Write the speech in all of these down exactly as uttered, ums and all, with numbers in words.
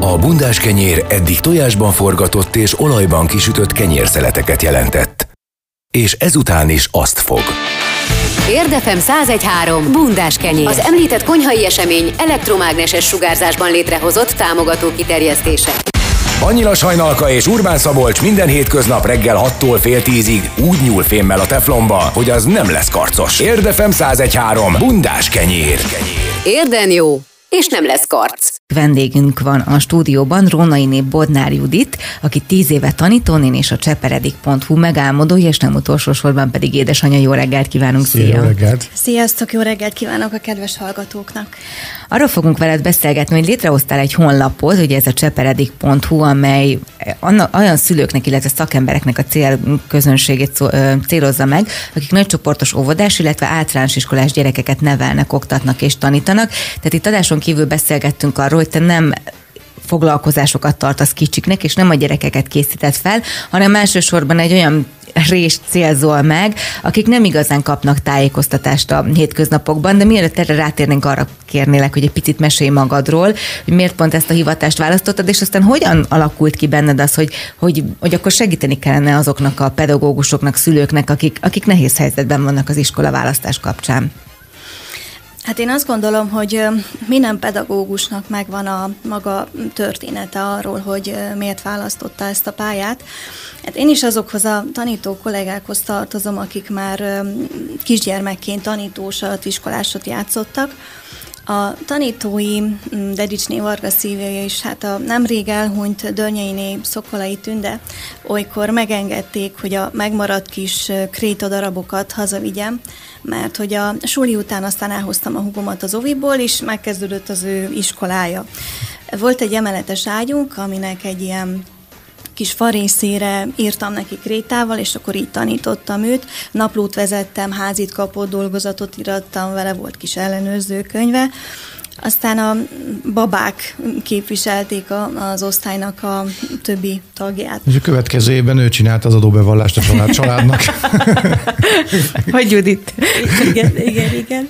A bundás kenyér eddig tojásban forgatott és olajban kisütött kenyérszeleteket jelentett. És ezután is azt fog. Érdefem száz egy három bundás kenyér. Az említett konyhai esemény elektromágneses sugárzásban létrehozott támogató kiterjesztése. Annyila Sajnalka és Urbán Szabolcs minden hétköznap reggel hattól fél tízig úgy nyúl fémmel a teflonba, hogy az nem lesz karcos. Érdefem száz egy három bundás kenyér. Érden jó, és nem lesz karc. Vendégünk van a stúdióban, Rónainé Bodnár Judit, aki tíz éve tanítónén és a cseperedik pont hu megálmodója, és nem utolsó sorban pedig édesanyja. Jó reggelt kívánunk, szia! Szia, jó reggelt! Sziasztok, jó reggelt kívánok a kedves hallgatóknak! Arról fogunk veled beszélgetni, hogy létrehoztál egy honlapot, ugye ez a cseperedik pont hu, amely olyan szülőknek, illetve szakembereknek a célközönségét célozza meg, akik nagycsoportos óvodás, illetve általános iskolás gyerekeket nevelnek, oktatnak és tanítanak. Tehát itt adáson kívül beszélgettünk arról, hogy te nem foglalkozásokat tartasz kicsiknek, és nem a gyerekeket készíted fel, hanem elsősorban egy olyan rést célzol meg, akik nem igazán kapnak tájékoztatást a hétköznapokban, de mielőtt erre rátérnénk, arra kérnélek, hogy egy picit mesélj magadról, hogy miért pont ezt a hivatást választottad, és aztán hogyan alakult ki benned az, hogy, hogy, hogy akkor segíteni kellene azoknak a pedagógusoknak, szülőknek, akik, akik nehéz helyzetben vannak az iskola választás kapcsán. Hát én azt gondolom, hogy minden pedagógusnak megvan a maga története arról, hogy miért választotta ezt a pályát. Hát én is azokhoz a tanító kollégákhoz tartozom, akik már kisgyermekként tanítósat, iskolásat játszottak. A tanítói Dedicsné Varga Szilvia is, hát a nemrég elhunyt Dörnyeiné Szokolai Tünde olykor megengedték, hogy a megmaradt kis kréta darabokat hazavigyem, mert hogy a suli után aztán elhoztam a húgomat az oviból, és megkezdődött az ő iskolája. Volt egy emeletes ágyunk, aminek egy ilyen kis farészére írtam neki krétával, és akkor így tanítottam őt. Naplót vezettem, házit kapott, dolgozatot írattam vele, volt kis ellenőrzőkönyve. Aztán a babák képviselték a, az osztálynak a többi tagját. És a következő évben ő csinált az adóbevallást a család, családnak. Hogy Judit? Igen, igen, igen.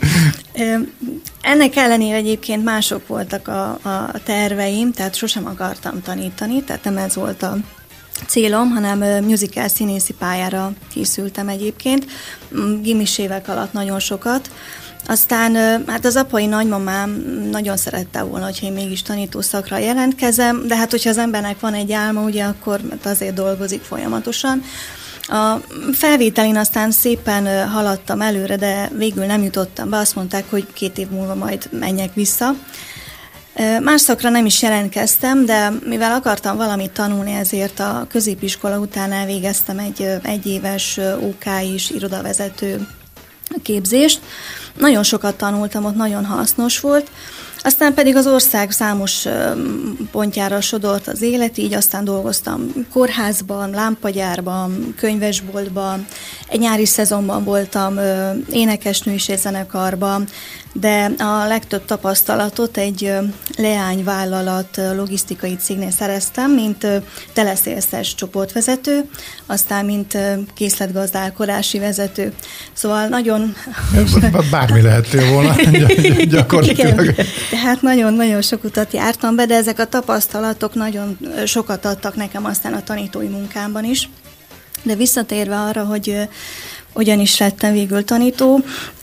Ennek ellenére egyébként mások voltak a, a terveim, tehát sosem akartam tanítani, tehát nem ez volt a célom, hanem musical színészi pályára készültem egyébként. Gimis évek alatt nagyon sokat. Aztán hát az apai nagymamám nagyon szerette volna, hogyha én mégis tanítószakra jelentkezem, de hát hogyha az embernek van egy álma, ugye akkor azért dolgozik folyamatosan. A felvételin aztán szépen haladtam előre, de végül nem jutottam be, azt mondták, hogy két év múlva majd menjek vissza. Más szakra nem is jelentkeztem, de mivel akartam valamit tanulni, ezért a középiskola után elvégeztem egy egyéves ó ká is irodavezető képzést. Nagyon sokat tanultam, ott nagyon hasznos volt. Aztán pedig az ország számos pontjára sodort az élet, így aztán dolgoztam kórházban, lámpagyárban, könyvesboltban, egy nyári szezonban voltam énekesnő és egy zenekarban, de a legtöbb tapasztalatot egy leányvállalat logisztikai cégnél szereztem, mint teleszélszes csoportvezető, aztán mint készletgazdálkodási vezető. Szóval nagyon... Bármi lehettél volna gyakorlatilag. Tehát nagyon-nagyon sok utat jártam be, de ezek a tapasztalatok nagyon sokat adtak nekem aztán a tanítói munkámban is. De visszatérve arra, hogy hogyan is lettem végül tanító,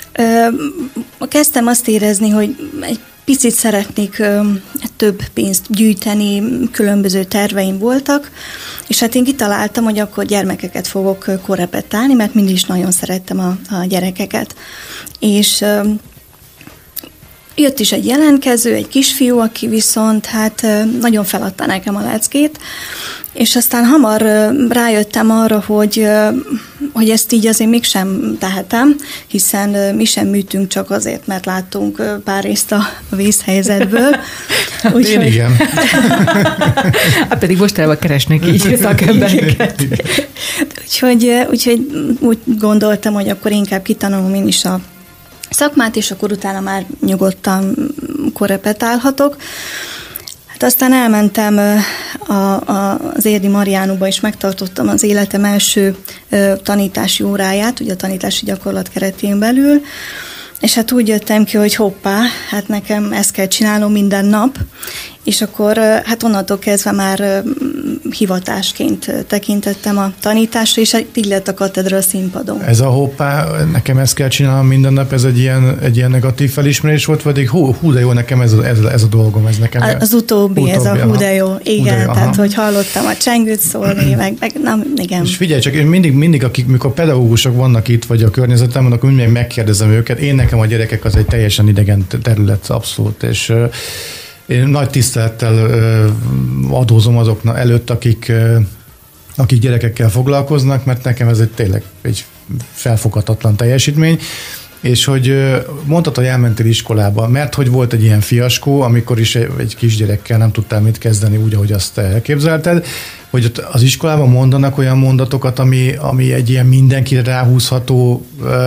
kezdtem azt érezni, hogy egy picit szeretnék több pénzt gyűjteni, különböző terveim voltak, és hát én kitaláltam, hogy akkor gyermekeket fogok korrepetálni, mert mindig is nagyon szerettem a, a gyerekeket. És jött is egy jelentkező, egy kisfiú, aki viszont hát nagyon feladta nekem a leckét, és aztán hamar rájöttem arra, hogy, hogy ezt így azért mégsem tehetem, hiszen mi sem műtünk csak azért, mert láttunk pár részt a vészhelyzetből. Úgy, Én hogy... igen. Hát pedig mostanában keresnek így szakembereket. úgyhogy, úgyhogy úgy gondoltam, hogy akkor inkább kitanulom én is a szakmát, és akkor utána már nyugodtan korrepetálhatok. Hát aztán elmentem a, a, az Érdi Mariánumba, és megtartottam az életem első tanítási óráját, ugye a tanítási gyakorlat keretén belül, és hát úgy jöttem ki, hogy hoppá, hát nekem ezt kell csinálnom minden nap, és akkor hát onnantól kezdve már hivatásként tekintettem a tanításra, és így lett a katedra a színpadon. Ez a hoppá, nekem ezt kell csinálnom minden nap, ez egy ilyen, egy ilyen negatív felismerés volt, vagy hú, hú de jó, nekem ez a, ez, a, ez a dolgom, ez nekem. Az utóbbi, utóbbi ez a hú de jó, igen, de jó, tehát hogy hallottam a csengőt szólni, meg, meg nem, igen. És figyelj csak, én mindig, mindig akik, mikor pedagógusok vannak itt, vagy a környezetemben, akkor mindig megkérdezem őket, én nekem a gyerekek az egy teljesen idegen terület, abszolút, és én nagy tisztelettel adózom azok előtt, akik, akik gyerekekkel foglalkoznak, mert nekem ez egy tényleg egy felfoghatatlan teljesítmény, és hogy mondtad, hogy elmentél iskolába, mert hogy volt egy ilyen fiaskó, amikor is egy kisgyerekkel nem tudtál mit kezdeni úgy, ahogy azt elképzelted, hogy az iskolában mondanak olyan mondatokat, ami, ami egy ilyen mindenkire ráhúzható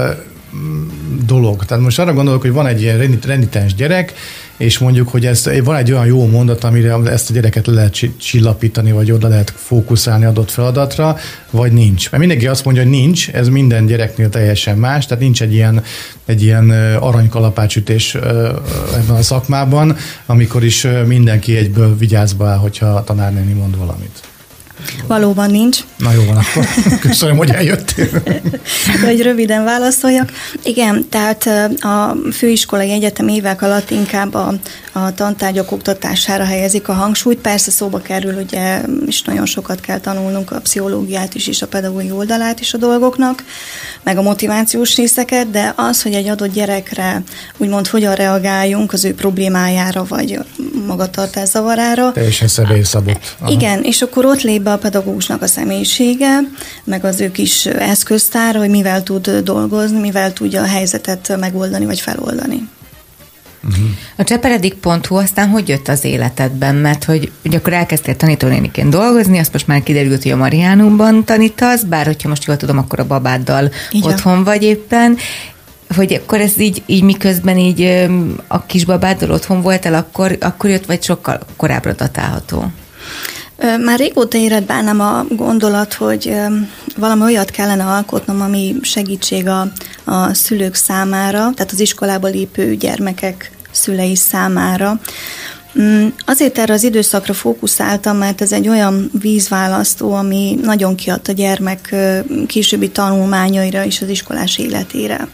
dolog. Tehát most arra gondolok, hogy van egy ilyen renitens gyerek, és mondjuk, hogy ez, van egy olyan jó mondat, amire ezt a gyereket le lehet csillapítani, vagy oda lehet fókuszálni adott feladatra, vagy nincs. Mert mindenki azt mondja, hogy nincs, ez minden gyereknél teljesen más, tehát nincs egy ilyen, egy ilyen aranykalapácsütés ebben a szakmában, amikor is mindenki egyből vigyázba áll, hogyha a tanárnéni mond valamit. Valóban nincs. Na jó van, akkor köszönöm, hogy eljöttél. Hogy röviden válaszoljak. Igen, tehát a főiskolai egyetem évek alatt inkább a, a tantárgyak oktatására helyezik a hangsúlyt. Persze szóba kerül, ugye, és nagyon sokat kell tanulnunk a pszichológiát is, és a pedagógiai oldalát is a dolgoknak, meg a motivációs részeket, de az, hogy egy adott gyerekre úgymond hogyan reagáljunk az ő problémájára, vagy magatartás zavarára. Teljesen személyszabott. Igen, és akkor ott lép be a pedagógusnak a személyisége, meg az ő kis eszköztára, hogy mivel tud dolgozni, mivel tudja a helyzetet megoldani, vagy feloldani. Uh-huh. A cseperedik pont hu aztán hogy jött az életedben? Mert hogy ugye akkor elkezdtél tanítónéniként dolgozni, azt most már kiderült, hogy a Mariánumban tanítasz, bár hogyha most jól tudom, akkor a babáddal így otthon van. Vagy éppen, hogy akkor ez így, így miközben így a kisbabáddal otthon voltál, akkor, akkor jött, vagy sokkal korábbra datálható? Már régóta éred bennem a gondolat, hogy valami olyat kellene alkotnom, ami segítség a, a szülők számára, tehát az iskolába lépő gyermekek szülei számára. Azért erre az időszakra fókuszáltam, mert ez egy olyan vízválasztó, ami nagyon kihat a gyermek későbbi tanulmányaira és az iskolás életére.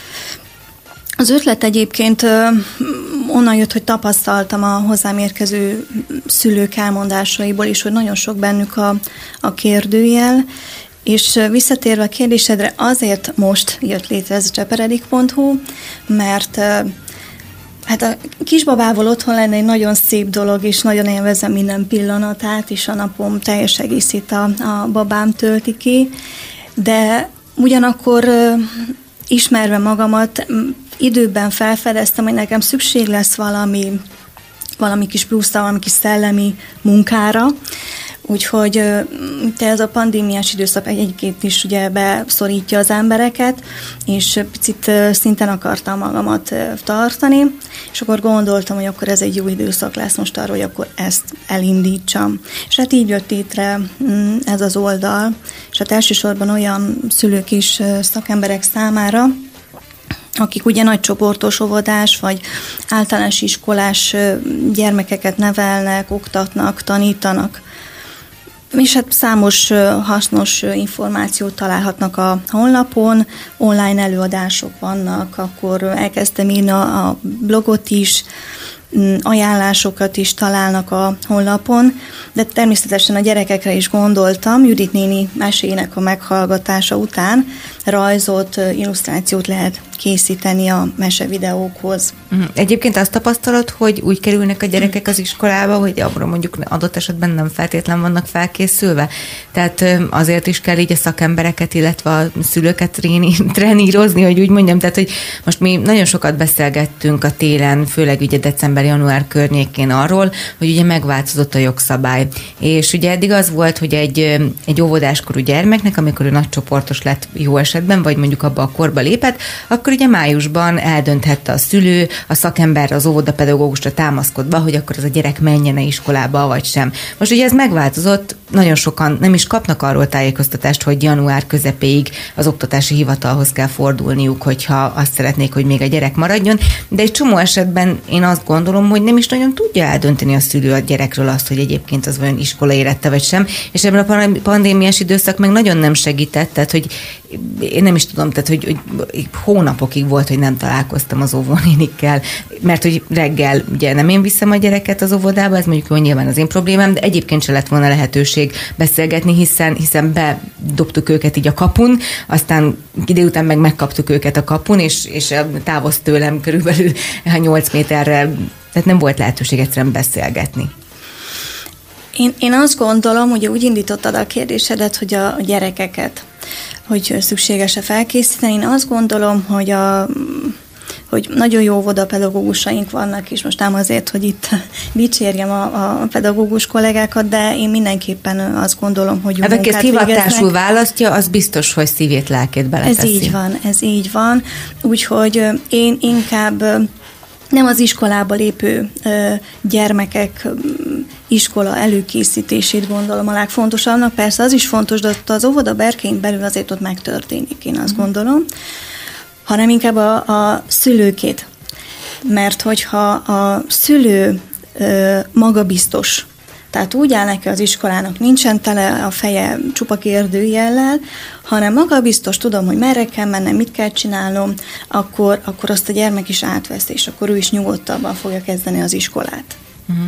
Az ötlet egyébként onnan jött, hogy tapasztaltam a hozzám érkező szülők elmondásaiból is, hogy nagyon sok bennük a, a kérdőjel, és visszatérve a kérdésedre, azért most jött létre ez a cseperedik pont hu, mert hát a kisbabával otthon lenne egy nagyon szép dolog, és nagyon élvezem minden pillanatát, és a napom teljes egészét a, a babám tölti ki, de ugyanakkor ismerve magamat, időben felfedeztem, hogy nekem szükség lesz valami, valami kis pluszra, valami kis szellemi munkára, úgyhogy te ez a pandémiás időszak egyébként is ugye beszorítja az embereket, és picit szinten akartam magamat tartani, és akkor gondoltam, hogy akkor ez egy jó időszak lesz most arra, hogy akkor ezt elindítsam. És hát így jött létre ez az oldal, és hát elsősorban olyan szülők is szakemberek számára, akik ugye nagy csoportos óvodás vagy általános iskolás gyermekeket nevelnek, oktatnak, tanítanak. És hát számos hasznos információt találhatnak a honlapon, online előadások vannak, akkor elkezdtem írni a blogot is, ajánlásokat is találnak a honlapon, de természetesen a gyerekekre is gondoltam. Judit néni meséinek a meghallgatása után rajzot, illusztrációt lehet készíteni a mesevideókhoz. Egyébként azt tapasztalod, hogy úgy kerülnek a gyerekek az iskolába, hogy abra mondjuk adott esetben nem feltétlen vannak felkészülve? Tehát azért is kell így a szakembereket, illetve a szülőket trenírozni, hogy úgy mondjam. Tehát, hogy most mi nagyon sokat beszélgettünk a télen, főleg ugye december-január környékén arról, hogy ugye megváltozott a jogszabály. És ugye eddig az volt, hogy egy, egy óvodáskorú gyermeknek, amikor ő nagycsoportos lett jó esetben, vagy mondjuk abba a korba lépett, akkor akkor ugye májusban eldönthette a szülő, a szakember, az óvodapedagógusra támaszkodva, hogy akkor az a gyerek menjen iskolába, vagy sem. Most ugye ez megváltozott, nagyon sokan nem is kapnak arról tájékoztatást, hogy január közepéig az oktatási hivatalhoz kell fordulniuk, hogyha azt szeretnék, hogy még a gyerek maradjon, de egy csomó esetben én azt gondolom, hogy nem is nagyon tudja eldönteni a szülő a gyerekről azt, hogy egyébként az olyan iskola érette vagy sem, és ebben a pandémiás időszak meg nagyon nem segített, tehát hogy én nem is tudom, tehát hogy, hogy hónapokig volt, hogy nem találkoztam az óvónénikkel, mert hogy reggel ugye nem én viszem a gyereket az óvodába, ez mondjuk jó, nyilván az én problémám, de egyébként se lett volna lehetőség beszélgetni, hiszen, hiszen bedobtuk őket így a kapun, aztán idő után meg megkaptuk őket a kapun, és, és távoz tőlem körülbelül nyolc méterre, tehát nem volt lehetőség egyszerűen beszélgetni. Én, én azt gondolom, hogy úgy indítottad a kérdésedet, hogy a, a gyerekeket, hogy szükséges-e felkészíteni. Én azt gondolom, hogy a hogy nagyon jó óvodapedagógusaink vannak, és most nem azért, hogy itt dicsérjem a, a pedagógus kollégákat, de én mindenképpen azt gondolom, hogy jó hát, munkát végeznek. Aki ezt hivatásul választja, az biztos, hogy szívét, lelkét beleteszi. Ez így van, ez így van. Úgyhogy én inkább nem az iskolába lépő gyermekek iskola előkészítését gondolom a legfontosabbnak. Persze az is fontos, de az óvoda berkein belül azért ott megtörténik, én azt gondolom, hanem inkább a, a szülőkét. Mert hogyha a szülő magabiztos, tehát úgy áll neki az iskolának, nincsen tele a feje csupa kérdőjellel, hanem magabiztos, tudom, hogy merre kell mennem, mit kell csinálnom, akkor, akkor azt a gyermek is átvesz, és akkor ő is nyugodtabban fogja kezdeni az iskolát. Uh-huh.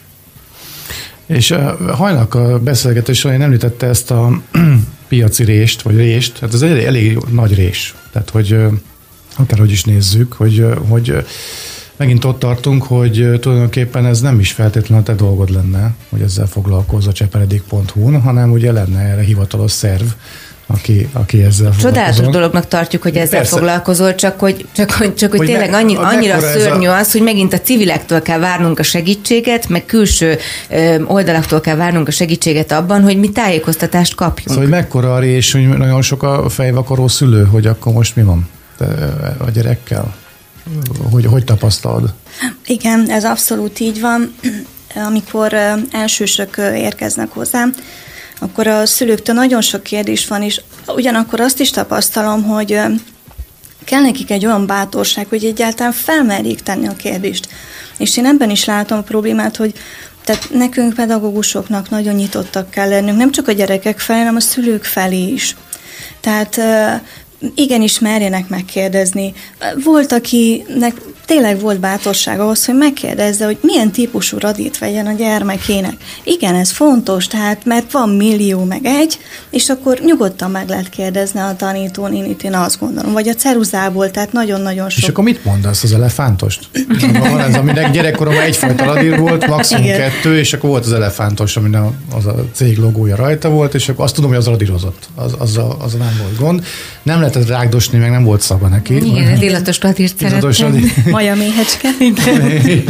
És hajnalak a beszélgetés során említette ezt a piaci rést, vagy rést, hát ez egy elég, elég nagy rés. Tehát, hogy akárhogy is nézzük, hogy, hogy megint ott tartunk, hogy tulajdonképpen ez nem is feltétlenül a te dolgod lenne, hogy ezzel foglalkozz a cseperedik pont hu-n, hanem ugye lenne erre hivatalos szerv, aki, aki ezzel foglalkozol. Csodálatos dolognak tartjuk, hogy ezzel Persze. foglalkozol, csak hogy, csak, hogy, csak, hogy, hogy tényleg me, annyi, annyira szörnyű a... az, hogy megint a civilektől kell várnunk a segítséget, meg külső ö, oldalaktól kell várnunk a segítséget abban, hogy mi tájékoztatást kapjunk. Szóval, hogy mekkora a rés, hogy nagyon sok a fejvakaró szülő, hogy akkor most mi van a gyerekkel? Hogy, hogy tapasztalod? Igen, ez abszolút így van. Amikor elsősök érkeznek hozzám, akkor a szülőktől nagyon sok kérdés van, és ugyanakkor azt is tapasztalom, hogy kell nekik egy olyan bátorság, hogy egyáltalán felmerjék tenni a kérdést. És én ebben is látom a problémát, hogy tehát nekünk pedagógusoknak nagyon nyitottak kell lennünk, nem csak a gyerekek felé, hanem a szülők felé is. Tehát igenis merjenek megkérdezni. Volt, akinek tényleg volt bátorság ahhoz, hogy megkérdezze, hogy milyen típusú radírt vegyen a gyermekének. Igen, ez fontos, tehát mert van millió meg egy, és akkor nyugodtan meg lehet kérdezni a tanítónénit, én azt gondolom. Vagy a ceruzából, tehát nagyon-nagyon sok. És akkor mit mondasz az elefántost? Van ez, aminek gyerekkoromban egyfajta radír volt, maximum Igen. kettő, és akkor volt az elefántos, amin az a cég logója rajta volt, és akkor azt tudom, hogy az radírozott. Az, az, a, az a nem volt gond. Nem lehetett rágdosni, meg nem volt szaga neki. Igen, illatos radírt szerettem. Maja méhecske. Igen.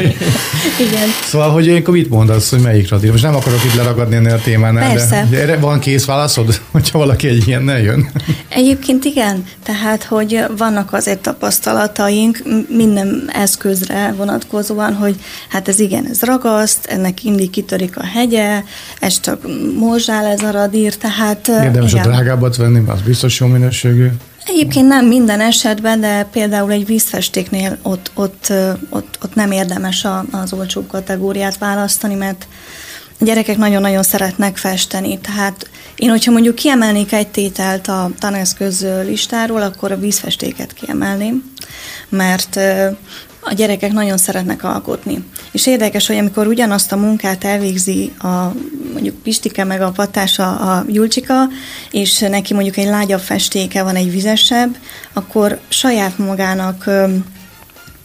Igen. Szóval, hogy ilyenkor mit mondasz, hogy melyik radír? Most nem akarok itt leragadni ennél a témánál, Persze. de erre van kész válaszod, hogyha valaki egy ilyennel jön? Egyébként igen, tehát, hogy vannak azért tapasztalataink minden eszközre vonatkozóan, hogy hát ez igen, ez ragaszt, ennek mindig kitörik a hegye, ez csak morzsál ez a radír, tehát érdemes igen. a drágábbat venni, az biztos jó minőségű. Egyébként nem minden esetben, de például egy vízfestéknél ott, ott, ott, ott nem érdemes az olcsóbb kategóriát választani, mert a gyerekek nagyon-nagyon szeretnek festeni. Tehát én, hogyha mondjuk kiemelnék egy tételt a taneszköz listáról, akkor a vízfestéket kiemelném, mert a gyerekek nagyon szeretnek alkotni. És érdekes, hogy amikor ugyanazt a munkát elvégzi a mondjuk Pistike meg a Patása, a Julcsika, és neki mondjuk egy lágyabb festéke van, egy vizesebb, akkor saját magának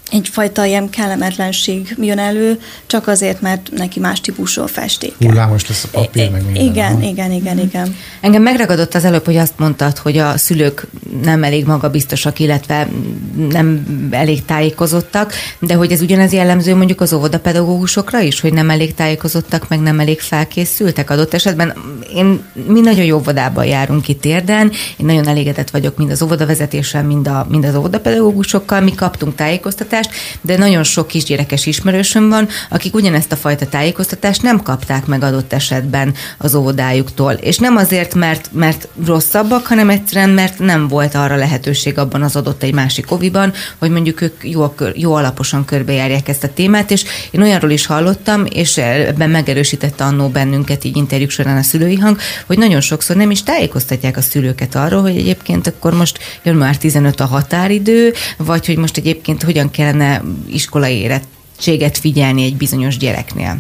egyfajta ilyen kellemetlenség jön elő, csak azért, mert neki más típusú festék. Hullámos lesz a papír, meg minden. Igen, aha. igen, igen, igen. Engem megragadott az előbb, hogy azt mondtad, hogy a szülők nem elég magabiztosak, illetve nem elég tájékozottak, de hogy ez ugyanez jellemző mondjuk az óvodapedagógusokra is, hogy nem elég tájékozottak, meg nem elég felkészültek adott esetben. Én, mi nagyon jó óvodában járunk itt Érden, én nagyon elégedett vagyok mind az óvodavezetéssel, mind, a, mind az óvodapedagógusokkal, mi kaptunk tájékoztatást, de nagyon sok kisgyerekes ismerősöm van, akik ugyanezt a fajta tájékoztatást nem kapták meg adott esetben az óvodájuktól. És nem azért, mert, mert rosszabbak, hanem egyszerűen, mert nem volt arra lehetőség abban az adott egy másik oviban, hogy mondjuk ők jó, jó alaposan körbejárják ezt a témát, és én olyanról is hallottam, és ebben megerősítette annó bennünket így interjúk során a szülői hang, hogy nagyon sokszor nem is tájékoztatják a szülőket arról, hogy egyébként akkor most január tizenötödike a határidő, vagy hogy most egyébként hogyan kellene iskolai érettséget figyelni egy bizonyos gyereknél.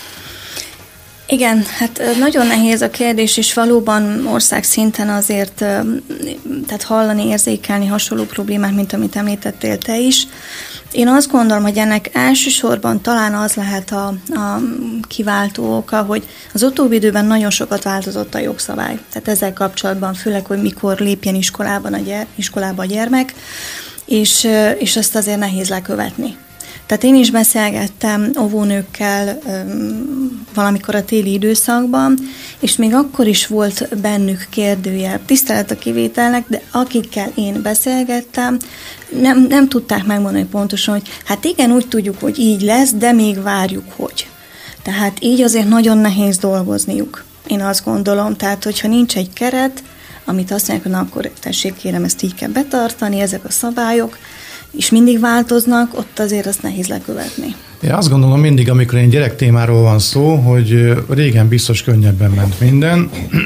Igen, hát nagyon nehéz a kérdés, és valóban országszinten azért tehát hallani, érzékelni hasonló problémát, mint amit említettél te is. Én azt gondolom, hogy ennek elsősorban talán az lehet a, a kiváltó oka, hogy az utóbbi időben nagyon sokat változott a jogszabály. Tehát ezzel kapcsolatban, főleg, hogy mikor lépjen iskolában a gyere, iskolába a gyermek, és, és ezt azért nehéz lekövetni. Tehát én is beszélgettem óvónőkkel valamikor a téli időszakban, és még akkor is volt bennük kérdőjel, tisztelet a kivételnek, de akikkel én beszélgettem, nem, nem tudták megmondani pontosan, hogy hát igen, úgy tudjuk, hogy így lesz, de még várjuk, hogy. Tehát így azért nagyon nehéz dolgozniuk. Én azt gondolom, tehát hogyha nincs egy keret, amit azt mondják, hogy na akkor tessék, kérem, ezt így kell betartani, ezek a szabályok, és mindig változnak, ott azért azt nehéz lekövetni. Én azt gondolom mindig, amikor egy gyerek témáról van szó, hogy régen biztos könnyebben ment minden,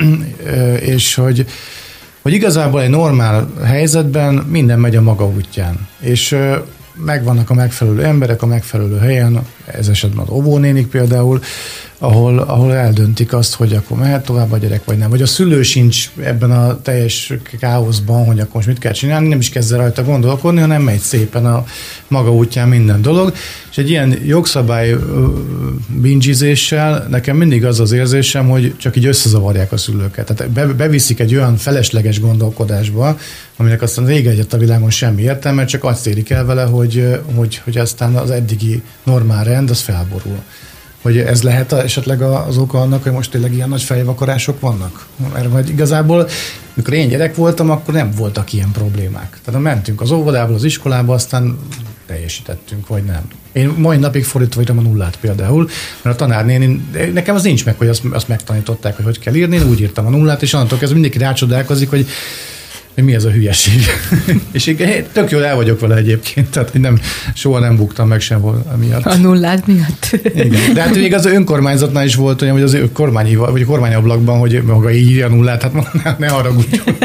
és hogy, hogy igazából egy normál helyzetben minden megy a maga útján. És megvannak a megfelelő emberek a megfelelő helyen, ez esetben az óvónénik például, ahol, ahol eldöntik azt, hogy akkor mehet tovább a gyerek, vagy nem. Vagy a szülő sincs ebben a teljes káoszban, hogy akkor most mit kell csinálni, nem is kezd rajta gondolkodni, hanem megy szépen a maga útján minden dolog. És egy ilyen jogszabály bingizéssel nekem mindig az az érzésem, hogy csak így összezavarják a szülőket. Tehát be, beviszik egy olyan felesleges gondolkodásba, aminek aztán vége egyet a világon semmi értelme, csak azt érik el vele, hogy, hogy, hogy aztán az eddigi normál rend, az felborul. Hogy ez lehet esetleg az oka annak, hogy most tényleg ilyen nagy fejvakarások vannak? Mert vagy igazából, mikor én gyerek voltam, akkor nem voltak ilyen problémák. Tehát mentünk az óvodából, az iskolába, aztán teljesítettünk, vagy nem. Én mai napig fordítva írom a nullát például, mert a tanárnéni, nekem az nincs meg, hogy azt, azt megtanították, hogy hogy kell írni, én úgy írtam a nullát, és onnantól kezdve mindenki rácsodálkozik, hogy hogy mi ez a hülyeség. És én tök jól el vagyok vele egyébként, tehát hogy nem, soha nem buktam meg sem volt miatt. A nullád miatt. Igen. De hát még az önkormányzatnál is volt olyan, hogy az kormány, vagy a kormányablakban, hogy maga így írja a nullát, hát ne, ne haragudjon.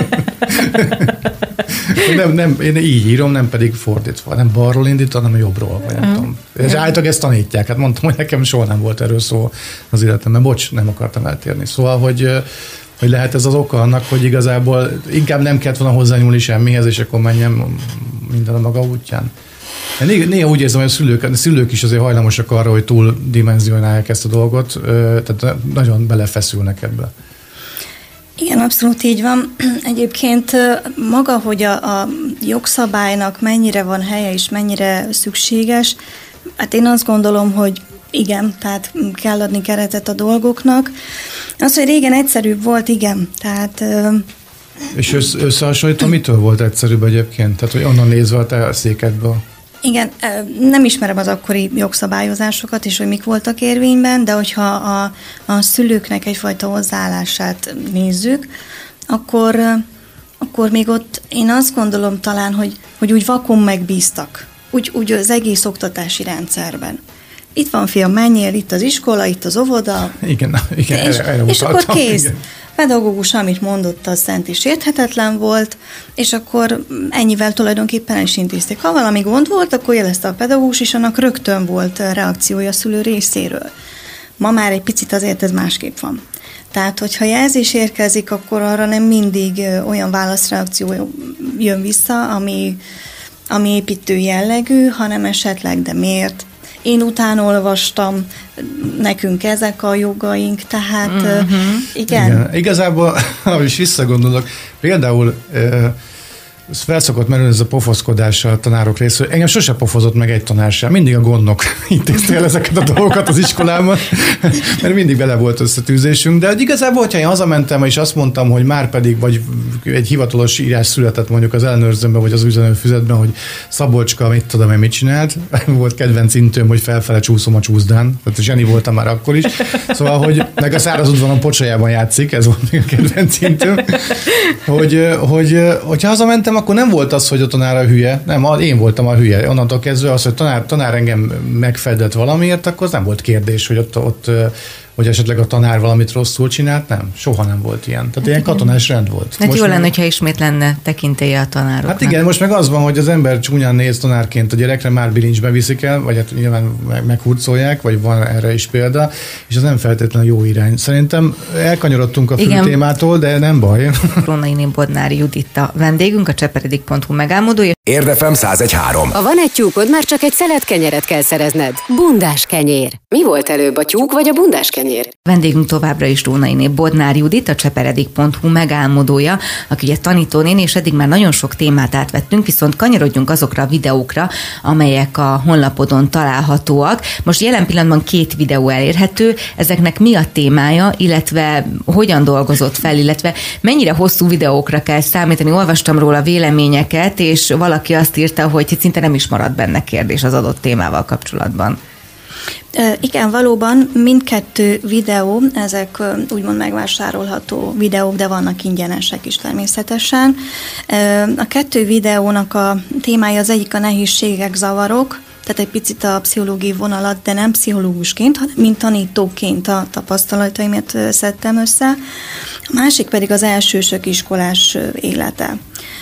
nem, nem, én így írom, nem pedig fordítva, nem balról indítom, hanem jobbról, vagy nem uh-huh. tudom. És általában ezt tanítják, hát mondtam, hogy nekem soha nem volt erről szó az életemben, bocs, nem akartam eltérni. Szóval, hogy hogy lehet ez az oka annak, hogy igazából inkább nem kellett volna hozzányúlni semmihez, és akkor menjen minden a maga útján. Néha, néha úgy érzem, hogy a szülők, a szülők is azért hajlamosak arra, hogy túl dimenzionálják ezt a dolgot, tehát nagyon belefeszülnek ebbe. Igen, abszolút így van. Egyébként maga, hogy a, a jogszabálynak mennyire van helye és mennyire szükséges, hát én azt gondolom, hogy igen, tehát kell adni keretet a dolgoknak. Az, hogy régen egyszerűbb volt, igen, tehát... És össz, összehasonlítva mitől volt egyszerűbb egyébként? Tehát, hogy onnan nézve a te székedből? Igen, nem ismerem az akkori jogszabályozásokat, és hogy mik voltak érvényben, de hogyha a, a szülőknek egyfajta hozzáállását nézzük, akkor, akkor még ott én azt gondolom talán, hogy, hogy úgy vakon megbíztak, úgy, úgy az egész oktatási rendszerben. Itt van, fiam, menjél, itt az iskola, itt az óvoda. Igen, igen, és, erre, erre és akkor kész. Igen. Pedagógus, amit mondott, az szent és érthetetlen volt, és akkor ennyivel tulajdonképpen el is intézték. Ha valami gond volt, akkor jelezte a pedagógus, és annak rögtön volt reakciója a szülő részéről. Ma már egy picit azért ez másképp van. Tehát, hogyha jelzés érkezik, akkor arra nem mindig olyan válaszreakció jön vissza, ami ami építő jellegű, hanem esetleg de miért. Én utánolvastam, nekünk ezek a jogaink, tehát mm-hmm. igen. igen. Igazából, ha is visszagondolok, például felszokott merülni ez a pofoszkodás a tanárok részéről. Engem sose pofozott meg egy tanár sem. Mindig a gondnok intézte el ezeket a dolgokat az iskolában, mert mindig bele volt összetűzésünk. De igazából, hogyha én hazamentem, és azt mondtam, hogy már pedig, vagy egy hivatalos írás született mondjuk az ellenőrzőmben, vagy az üzenőfüzetben, hogy Szabolcska, mit tudom én, mit csinált. Volt kedvenc intőm, hogy felfele csúszom a csúszdán. Tehát zseni voltam már akkor is. Szóval, hogy meg a szárazudvaron pocsolyában játszik, ez volt még a kedvenc intőm. Hogy, hogy, hogyha hazamentem, akkor nem volt az, hogy a tanár a hülye, nem, én voltam a hülye. Onnantól kezdve az, hogy tanár, tanár engem megfedett valamiért, akkor az nem volt kérdés, hogy ott, ott hogy esetleg a tanár valamit rosszul csinált, nem, soha nem volt ilyen. Tehát hát ilyen katonás rend volt. Hát jó lenne, hogyha ismét lenne tekintélye a tanároknak. Hát igen, most meg az van, hogy az ember csúnyán néz tanárként a gyerekre, már bilincsbe viszik el, vagy hát nyilván meghurcolják, vagy van erre is példa, és ez nem feltétlenül jó irány. Szerintem elkanyarodtunk a fő igen. témától, de nem baj. Rónai Bodnári Judit a vendégünk, a cseperedik pont hu megálmodója. Érdefem száz egy három. Ha van egy tyúkod, már csak egy szelet kenyeret kell szerezned. Bundás kenyér. Mi volt előbb, a tyúk vagy a bundás kenyér? Vendégünk továbbra is Rónai Bodnári Judit, a cseperedik pont hu megálmodója, aki ugye tanítónéni, és eddig már nagyon sok témát átvettünk, viszont kanyarodjunk azokra a videókra, amelyek a honlapodon találhatóak. Most jelen pillanatban két videó elérhető, ezeknek mi a témája, illetve hogyan dolgozott fel, illetve mennyire hosszú videókra kell számítani. Olvastam róla véleményeket, és valaki azt írta, hogy szinte nem is maradt benne kérdés az adott témával kapcsolatban. Igen, valóban mindkettő videó, ezek úgymond megvásárolható videók, de vannak ingyenesek is természetesen. A kettő videónak a témája az egyik a nehézségek, zavarok, tehát egy picit a pszichológiai vonalat, de nem pszichológusként, hanem mint tanítóként a tapasztalataimat szedtem össze. A másik pedig az elsősök iskolás élete.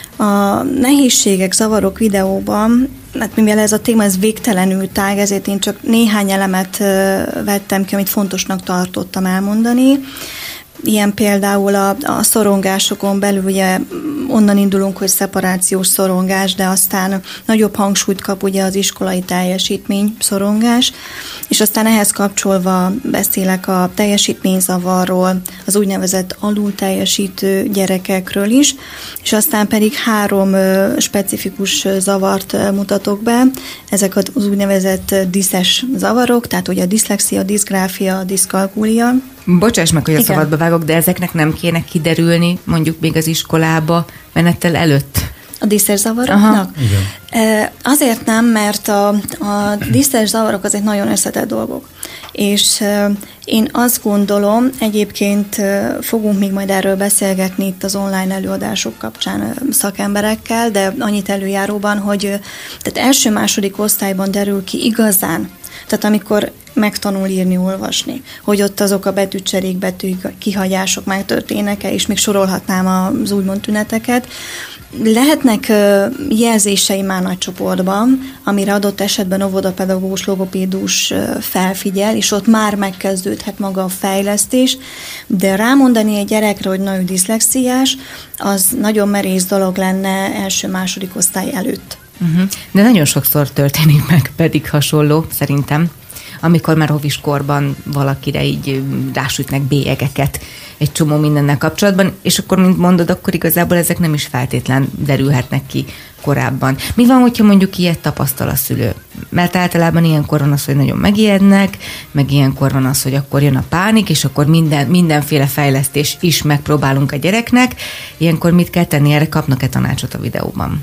A nehézségek, zavarok videóban, hát mivel ez a téma ez végtelenül tág, ezért én csak néhány elemet vettem ki, amit fontosnak tartottam elmondani. Ilyen például a, a szorongásokon belül, ugye onnan indulunk, hogy szeparációs szorongás, de aztán nagyobb hangsúlyt kap ugye az iskolai teljesítmény szorongás, és aztán ehhez kapcsolva beszélek a teljesítményzavarról, az úgynevezett alulteljesítő gyerekekről is, és aztán pedig három specifikus zavart mutatok be, ezek az úgynevezett diszes zavarok, tehát ugye a diszlexia, diszgráfia, diszkalkúlia. Bocsáss meg, hogy a szabadba vágok, de ezeknek nem kéne kiderülni mondjuk még az iskolába menettel előtt? A diszes zavaroknak? Igen. Azért nem, mert a, a diszes zavarok azok nagyon összetett dolgok. És én azt gondolom, egyébként fogunk még majd erről beszélgetni itt az online előadások kapcsán szakemberekkel, de annyit előjáróban, hogy tehát első-második osztályban derül ki igazán, tehát amikor megtanul írni, olvasni, hogy ott azok a betűcserék, betű kihagyások megtörténnek-e, és még sorolhatnám az úgymond tüneteket. Lehetnek jelzései már nagy csoportban, amire adott esetben óvodapedagógus, logopédus felfigyel, és ott már megkezdődhet maga a fejlesztés, de rámondani egy gyerekre, hogy nagyon diszlexiás, az nagyon merész dolog lenne első-második osztály előtt. Uh-huh. De nagyon sokszor történik meg pedig hasonló, szerintem, amikor már óviskorban valakire így rásütnek bélyegeket egy csomó mindennel kapcsolatban, és akkor, mint mondod, akkor igazából ezek nem is feltétlen derülhetnek ki korábban. Mi van, hogyha mondjuk ilyet tapasztal a szülő? Mert általában ilyenkor van az, hogy nagyon megijednek, meg ilyenkor van az, hogy akkor jön a pánik, és akkor minden, mindenféle fejlesztés is megpróbálunk a gyereknek. Ilyenkor mit kell tenni? Erre kapnak-e tanácsot a videóban?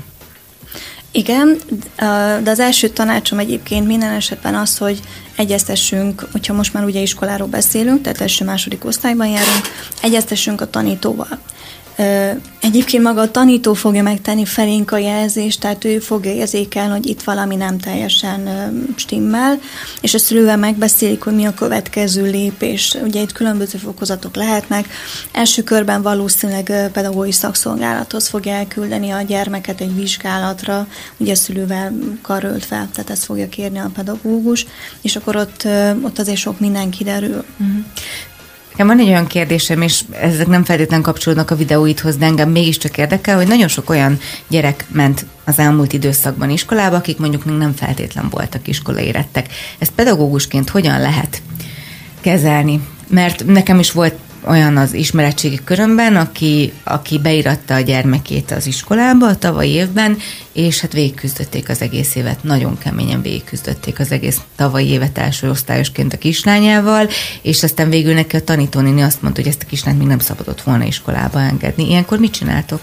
Igen, de az első tanácsom egyébként minden esetben az, hogy egyeztessünk, hogyha most már ugye iskoláról beszélünk, tehát első-második osztályban járunk, egyeztessünk a tanítóval. Egyébként maga a tanító fogja megtenni felénk a jelzést, tehát ő fogja érzékelni, hogy itt valami nem teljesen stimmel, és a szülővel megbeszélik, hogy mi a következő lépés. Ugye itt különböző fokozatok lehetnek. Első körben valószínűleg pedagógiai szakszolgálathoz fogja elküldeni a gyermeket egy vizsgálatra, ugye a szülővel karöltve, tehát ezt fogja kérni a pedagógus, és akkor ott, ott azért sok minden kiderül. Uh-huh. Van egy olyan kérdésem, és ezek nem feltétlenül kapcsolódnak a videóidhoz, de engem mégiscsak érdekel, hogy nagyon sok olyan gyerek ment az elmúlt időszakban iskolába, akik mondjuk még nem feltétlen voltak iskolaérettek. Ezt pedagógusként hogyan lehet kezelni? Mert nekem is volt olyan az ismeretségi körömben, aki, aki beíratta a gyermekét az iskolába a tavalyi évben, és hát végigküzdötték az egész évet, nagyon keményen végigküzdötték az egész tavalyi évet első osztályosként a kislányával, és aztán végül neki a tanítónéni azt mondta, hogy ezt a kislányt még nem szabadott volna iskolába engedni. Ilyenkor mit csináltok?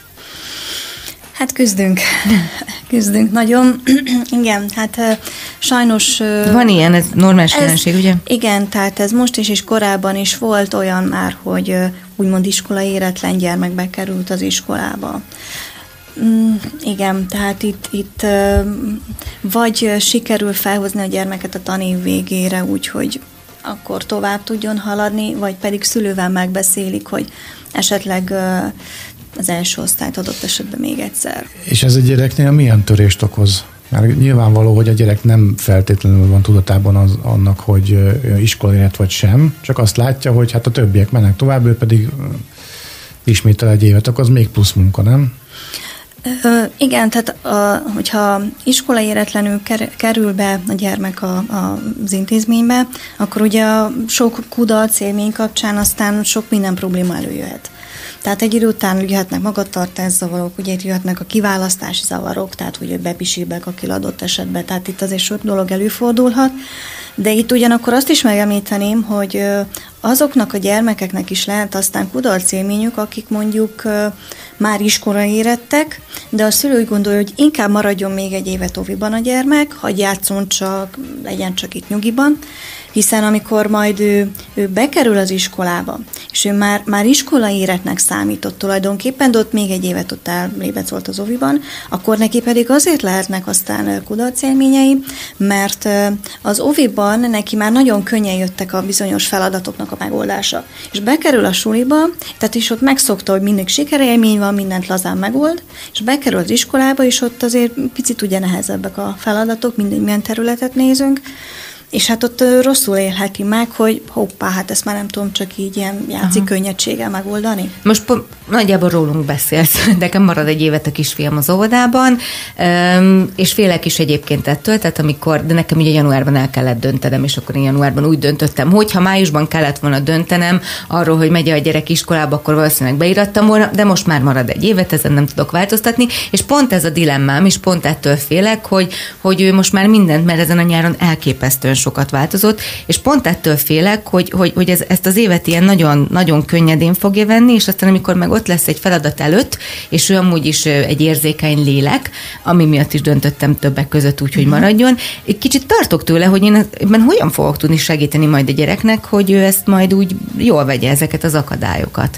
Hát küzdünk. Küzdünk nagyon. Igen, hát sajnos... Van ilyen, ez normális jelenség, ugye? Igen, tehát ez most is és korábban is volt olyan már, hogy úgymond iskolaéretlen gyermek bekerült az iskolába. Mm, igen, tehát itt, itt vagy sikerül felhozni a gyermeket a tanév végére, úgyhogy akkor tovább tudjon haladni, vagy pedig szülővel megbeszélik, hogy esetleg az első osztályt adott esetben még egyszer. És ez a gyereknél milyen törést okoz? Mert nyilvánvaló, hogy a gyerek nem feltétlenül van tudatában az, annak, hogy iskolaélet vagy sem, csak azt látja, hogy hát a többiek mennek tovább, ő pedig ismétel egy évet, akkor az még plusz munka, nem? Ö, igen, tehát a, hogyha iskolaéretlenül kerül be a gyermek a, a, az intézménybe, akkor ugye a sok kudarc élmény kapcsán aztán sok minden probléma előjöhet. Tehát egy idő után jöhetnek magatartászavarok, ugye itt jöhetnek a kiválasztási zavarok, tehát hogy bepisíbek a kiladott esetben, tehát itt azért sok dolog előfordulhat, de itt ugyanakkor azt is megemlíteném, hogy azoknak a gyermekeknek is lehet aztán kudarc élményük, akik mondjuk már iskola érettek, de a szülő úgy gondolja, hogy inkább maradjon még egy évet óviban a gyermek, hagyj játszon csak, legyen csak itt nyugiban, hiszen amikor majd ő, ő bekerül az iskolába, és ő már, már iskolaéretnek számított tulajdonképpen, de ott még egy évet ott ellébecolt az oviban, akkor neki pedig azért lehetnek aztán kudarc élményei, mert az oviban neki már nagyon könnyen jöttek a bizonyos feladatoknak a megoldása. És bekerül a suliba, tehát is ott megszokta, hogy mindig sikerélmény van, mindent lazán megold, és bekerül az iskolába, és ott azért picit ugye nehezebbek a feladatok, mindig milyen területet nézünk, és hát ott rosszul élheti meg, hogy hoppá, hát ezt már nem tudom csak így ilyen játszik könnyedséggel megoldani. Most pont nagyjából rólunk beszélsz. Nekem marad egy évet a kisfiam az óvodában, és félek is egyébként ettől, tehát amikor, de nekem ugye januárban el kellett döntenem, és akkor én januárban úgy döntöttem, hogy ha májusban kellett volna döntenem arról, hogy megy a gyerek iskolába, akkor valószínűleg beírattam volna, de most már marad egy évet, ezen nem tudok változtatni, és pont ez a dilemmám, és pont ettől félek, hogy, hogy ő most már mindent, mert ezen a nyáron elképesztően sokat változott, és pont ettől félek, hogy, hogy, hogy ez, ezt az évet ilyen nagyon, nagyon könnyedén fogja venni, és aztán amikor meg ott lesz egy feladat előtt, és ő amúgy is egy érzékeny lélek, ami miatt is döntöttem többek között úgy, hogy maradjon. Egy kicsit tartok tőle, hogy én ebben hogyan fogok tudni segíteni majd a gyereknek, hogy ő ezt majd úgy jól vegye, ezeket az akadályokat.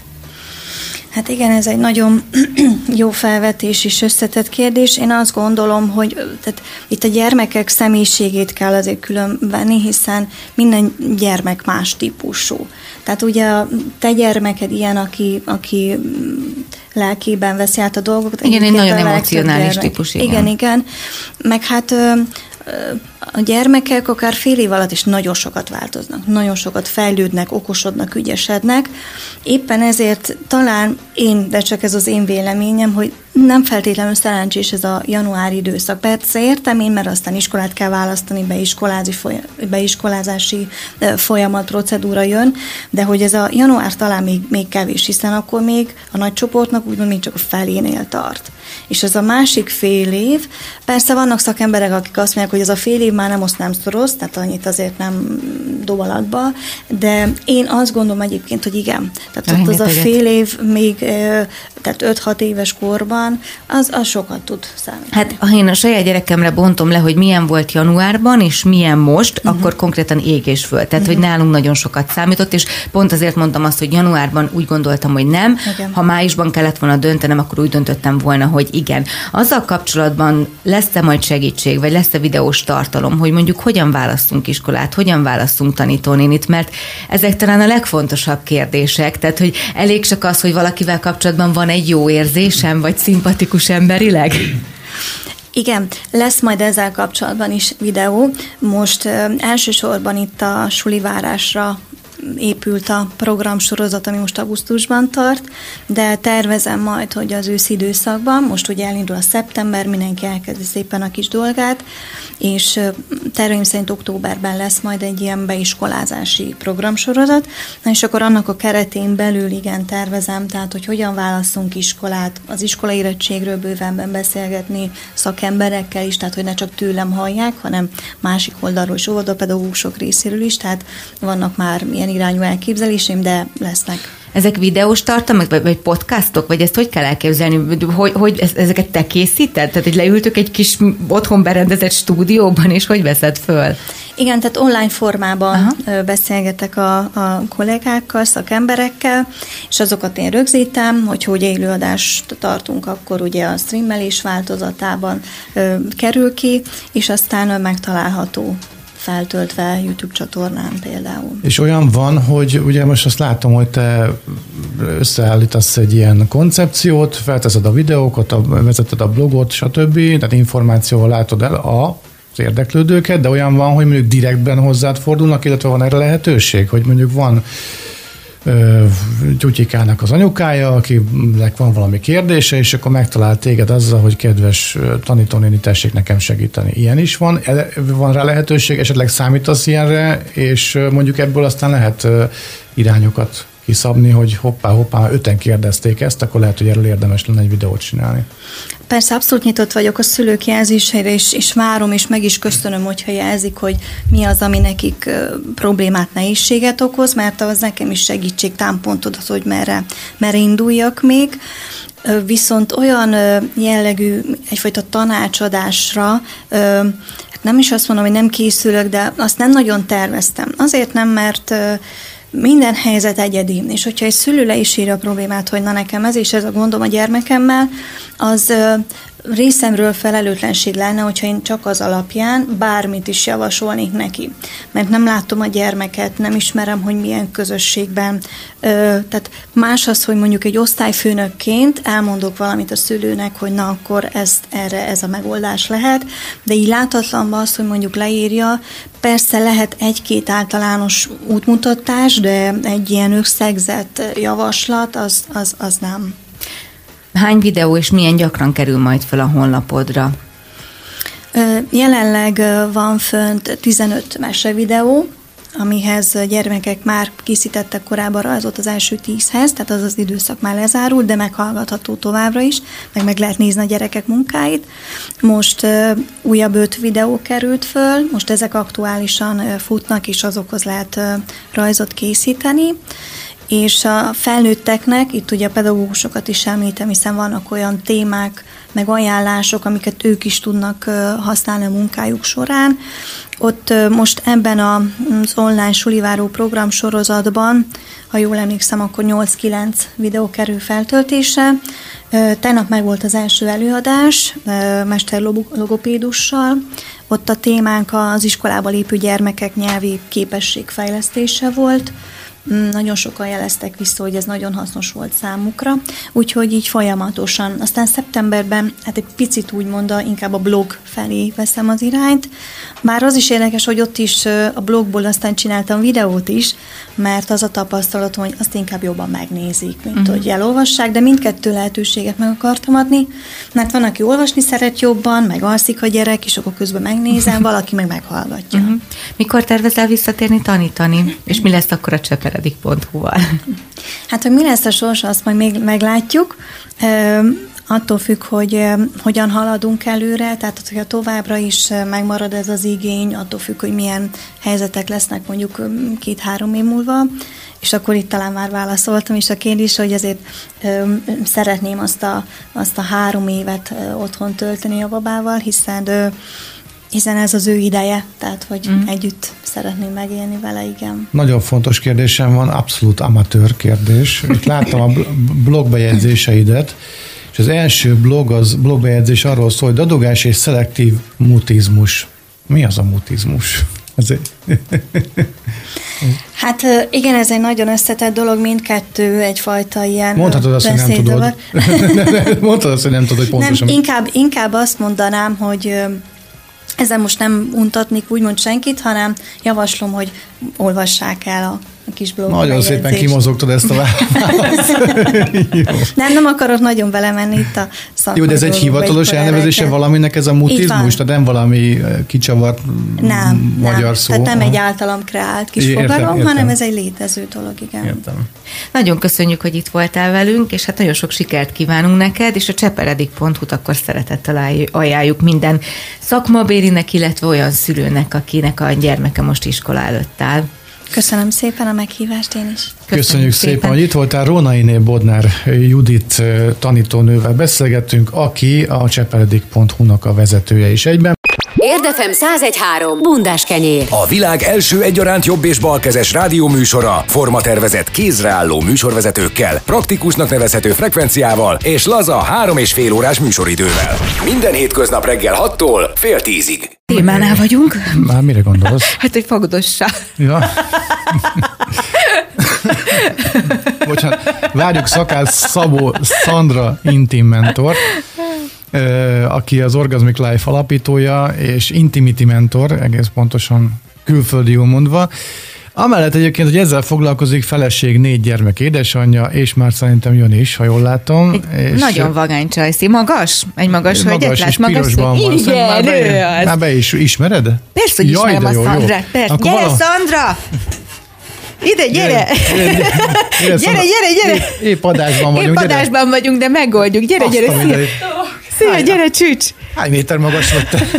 Hát igen, ez egy nagyon jó felvetés és összetett kérdés. Én azt gondolom, hogy tehát itt a gyermekek személyiségét kell azért külön venni, hiszen minden gyermek más típusú. Tehát ugye a te gyermeked ilyen, aki, aki lelkében veszi át a dolgokat. Igen, egy nagyon emocionális típus. Igen. igen, igen. Meg hát a gyermekek akár fél év alatt is nagyon sokat változnak, nagyon sokat fejlődnek, okosodnak, ügyesednek. Éppen ezért talán én, de csak ez az én véleményem, hogy nem feltétlenül szerencsés ez a januári időszak. Persze értem én, mert aztán iskolát kell választani, beiskolázi folyam, beiskolázási folyamat, procedúra jön, de hogy ez a január talán még, még kevés, hiszen akkor még a nagy csoportnak úgymond még csak a felénél tart. És ez a másik fél év, persze vannak szakemberek, akik azt mondják, hogy ez a fél év már nem oszt, nem szoros, tehát annyit azért nem dob alatba, de én azt gondolom egyébként, hogy igen. Tehát ott az a fél év még, tehát öt-hat éves korban, az, az sokat tud számítani. Hát ha én a saját gyerekemre bontom le, hogy milyen volt januárban, és milyen most, uh-huh. akkor konkrétan ég és föld. Tehát, uh-huh. hogy nálunk nagyon sokat számított, és pont azért mondtam azt, hogy januárban úgy gondoltam, hogy nem. Igen. Ha májusban kellett volna döntenem, akkor úgy döntöttem volna, hogy igen. Azzal kapcsolatban lesz-e majd segítség, vagy lesz-e videós tartalom, hogy mondjuk hogyan választunk iskolát, hogyan választunk tanítónénit, mert ezek talán a legfontosabb kérdések, tehát, hogy elég csak az, hogy valakivel kapcsolatban van egy jó érzésem, vagy szimpatikus emberileg? Igen, lesz majd ezzel kapcsolatban is videó. Most ö, elsősorban itt a sulivárásra épült a programsorozat, ami most augusztusban tart, de tervezem majd, hogy az őszi időszakban, most ugye elindul a szeptember, mindenki elkezdi szépen a kis dolgát, és terveim szerint októberben lesz majd egy ilyen beiskolázási programsorozat, és akkor annak a keretén belül igen tervezem, tehát hogy hogyan válasszunk iskolát, az iskolaérettségről bővenben beszélgetni szakemberekkel is, tehát hogy ne csak tőlem hallják, hanem másik oldalról is, óvodapedagógusok részéről is, tehát vannak már ilyen irányú elképzeléseim, de lesznek. Ezek videós tartalmak, vagy, vagy podcastok, vagy ezt hogy kell elképzelni? Hogy, hogy ezeket te készíted? Tehát, hogy leültök egy kis otthon berendezett stúdióban, és hogy veszed föl? Igen, tehát online formában Aha. beszélgetek a, a kollégákkal, szakemberekkel, és azokat én rögzítem, hogy hogy élőadást tartunk, akkor ugye a streamelés változatában ö, kerül ki, és aztán megtalálható feltöltve YouTube csatornán például. És olyan van, hogy ugye most azt látom, hogy te összeállítasz egy ilyen koncepciót, felteszed a videókat, a, vezeted a blogot, stb. Tehát információval látod el a az érdeklődőket, de olyan van, hogy mondjuk direktben hozzád fordulnak, illetve van erre lehetőség, hogy mondjuk van Tyutyikának az anyukája, akinek van valami kérdése, és akkor megtalál téged azzal, hogy kedves tanítónéni, tessék nekem segíteni. Ilyen is van, van rá lehetőség, esetleg számítasz ilyenre, és mondjuk ebből aztán lehet irányokat kiszabni, hogy hoppá, hoppá, öten kérdezték ezt, akkor lehet, hogy erről érdemes lenne egy videót csinálni. Persze, abszolút nyitott vagyok a szülők jelzésére, és, és várom, és meg is köszönöm, hogyha jelzik, hogy mi az, ami nekik uh, problémát, nehézséget okoz, mert az nekem is segítség, támpontot az, hogy merre, merre induljak még. Uh, viszont olyan uh, jellegű egyfajta tanácsadásra, uh, hát nem is azt mondom, hogy nem készülök, de azt nem nagyon terveztem. Azért nem, mert uh, minden helyzet egyedi, és hogyha egy szülő le is írja a problémát, hogy na nekem ez és ez a gondom a gyermekemmel, az részemről felelőtlenség lenne, hogyha én csak az alapján bármit is javasolnék neki. Mert nem látom a gyermeket, nem ismerem, hogy milyen közösségben. Tehát más az, hogy mondjuk egy osztályfőnökként elmondok valamit a szülőnek, hogy na akkor ezt, erre ez a megoldás lehet, de így látatlanban az, hogy mondjuk leírja, persze lehet egy-két általános útmutatás, de egy ilyen összegzett javaslat, az, az, az nem. Hány videó és milyen gyakran kerül majd fel a honlapodra? Jelenleg van fönt tizenöt mesevideó, amihez gyermekek már készítettek korábban rajzot az első tízhez, tehát az az időszak már lezárult, de meghallgatható továbbra is, meg meg lehet nézni a gyerekek munkáit. Most uh, újabb öt videó került föl, most ezek aktuálisan uh, futnak, és azokhoz lehet uh, rajzot készíteni. És a felnőtteknek, itt ugye a pedagógusokat is említem, hiszen vannak olyan témák, meg ajánlások, amiket ők is tudnak használni a munkájuk során. Ott most ebben az online suliváró program sorozatban, ha jól emlékszem, akkor nyolc-kilenc videó kerül feltöltésre. Tegnap meg volt az első előadás mesterlogopédussal. Ott a témánk az iskolába lépő gyermekek nyelvi képességfejlesztése volt. Nagyon sokan jeleztek vissza, hogy ez nagyon hasznos volt számukra, úgyhogy így folyamatosan. Aztán szeptemberben, hát egy picit úgymond inkább a blog felé veszem az irányt, bár az is érdekes, hogy ott is a blogból aztán csináltam videót is, mert az a tapasztalatom, hogy azt inkább jobban megnézik, mint uh-huh. hogy elolvassák, de mindkettő lehetőséget meg akartam adni, mert van, aki olvasni szeret jobban, meg alszik a gyerek, és akkor közben megnézem, valaki meg meghallgatja. Uh-huh. Mikor tervezel visszatérni tanítani? És mi lesz akkor a cseperedik pont hu-val? Hát, hogy mi lesz a sorsa, azt majd még meglátjuk. Attól függ, hogy hogyan haladunk előre, tehát hogyha továbbra is megmarad ez az igény, attól függ, hogy milyen helyzetek lesznek mondjuk két-három év múlva, és akkor itt talán már válaszoltam is a kérdésre, hogy azért ö, szeretném azt a, azt a három évet ö, otthon tölteni a babával, hiszen ö, hiszen ez az ő ideje, tehát hogy mm. együtt szeretném megélni vele, igen. Nagyon fontos kérdésem van, abszolút amatőr kérdés. Itt láttam a blogbejegyzéseidet, és az első blog, az blogbejegyzés arról szól, hogy dadogás és szelektív mutizmus. Mi az a mutizmus? Ezért. Hát igen, ez egy nagyon összetett dolog, mindkettő egyfajta ilyen Mondhatod azt, hogy nem tudod. Mondhatod azt, hogy nem tudod, hogy pontosan. Nem, inkább, inkább azt mondanám, hogy ezzel most nem untatnék úgymond senkit, hanem javaslom, hogy olvassák el a a kis blog. Nagyon szépen kimozogtad ezt a választ. Nem, nem akarok nagyon belemenni itt a szakmai. Jó, de ez egy hivatalos elnevezése valaminek ez a mutizmus, tehát nem valami kicsavart nem, magyar nem. szó. Tehát nem egy általam kreált kis értem, fogalom, értem. hanem ez egy létező dolog, igen. Értem. Nagyon köszönjük, hogy itt voltál velünk, és hát nagyon sok sikert kívánunk neked, és a cseperedik pont hu-t akkor szeretettel ajánljuk minden szakmabérinek, illetve olyan szülőnek, akinek a gyermeke most iskola előtt áll. Köszönöm szépen a meghívást, én is. Köszönjük, Köszönjük szépen, szépen, hogy itt voltál. Rónainé Bodnár Judit tanítónővel beszélgettünk, aki a cseperedik pont hu-nak a vezetője is egyben. Érdefem száz egy három. Bundás kenyér. A világ első egyaránt jobb és balkezes rádióműsora, formatervezett kézre álló műsorvezetőkkel, praktikusnak nevezhető frekvenciával és laza három és fél órás műsoridővel. Minden hétköznap reggel hattól fél tízig. Témánál vagyunk. Már mire gondolsz? Hát, hogy fogdossa. Ja. Bocsánat, várjuk Szakács Szabó Szandra intim mentor, aki az Orgasmic Life alapítója, és intimity mentor, egész pontosan külföldiül mondva. Amellett egyébként, hogy ezzel foglalkozik, feleség, négy gyermek édesanyja, és már szerintem jön is, ha jól látom. Egy és nagyon vagány csajszi. Magas? Egy magas hölgyet lát? Magas és pirosban van. Igen, már be, az. Már be is ismered? Persze, hogy Jaj, ismerem a jó, Szandrát. Persze. Akkor Gyere, vala... Szandra! Ide, gyere! Gyere, gyere, gyere, gyere, gyere, gyere! Épp, épp adásban vagyunk. Épp adásban gyere. vagyunk, de megoldjuk. Gyere, Azt gyere, szia! Szia, gyere, csücs! Hány méter magas vagy te?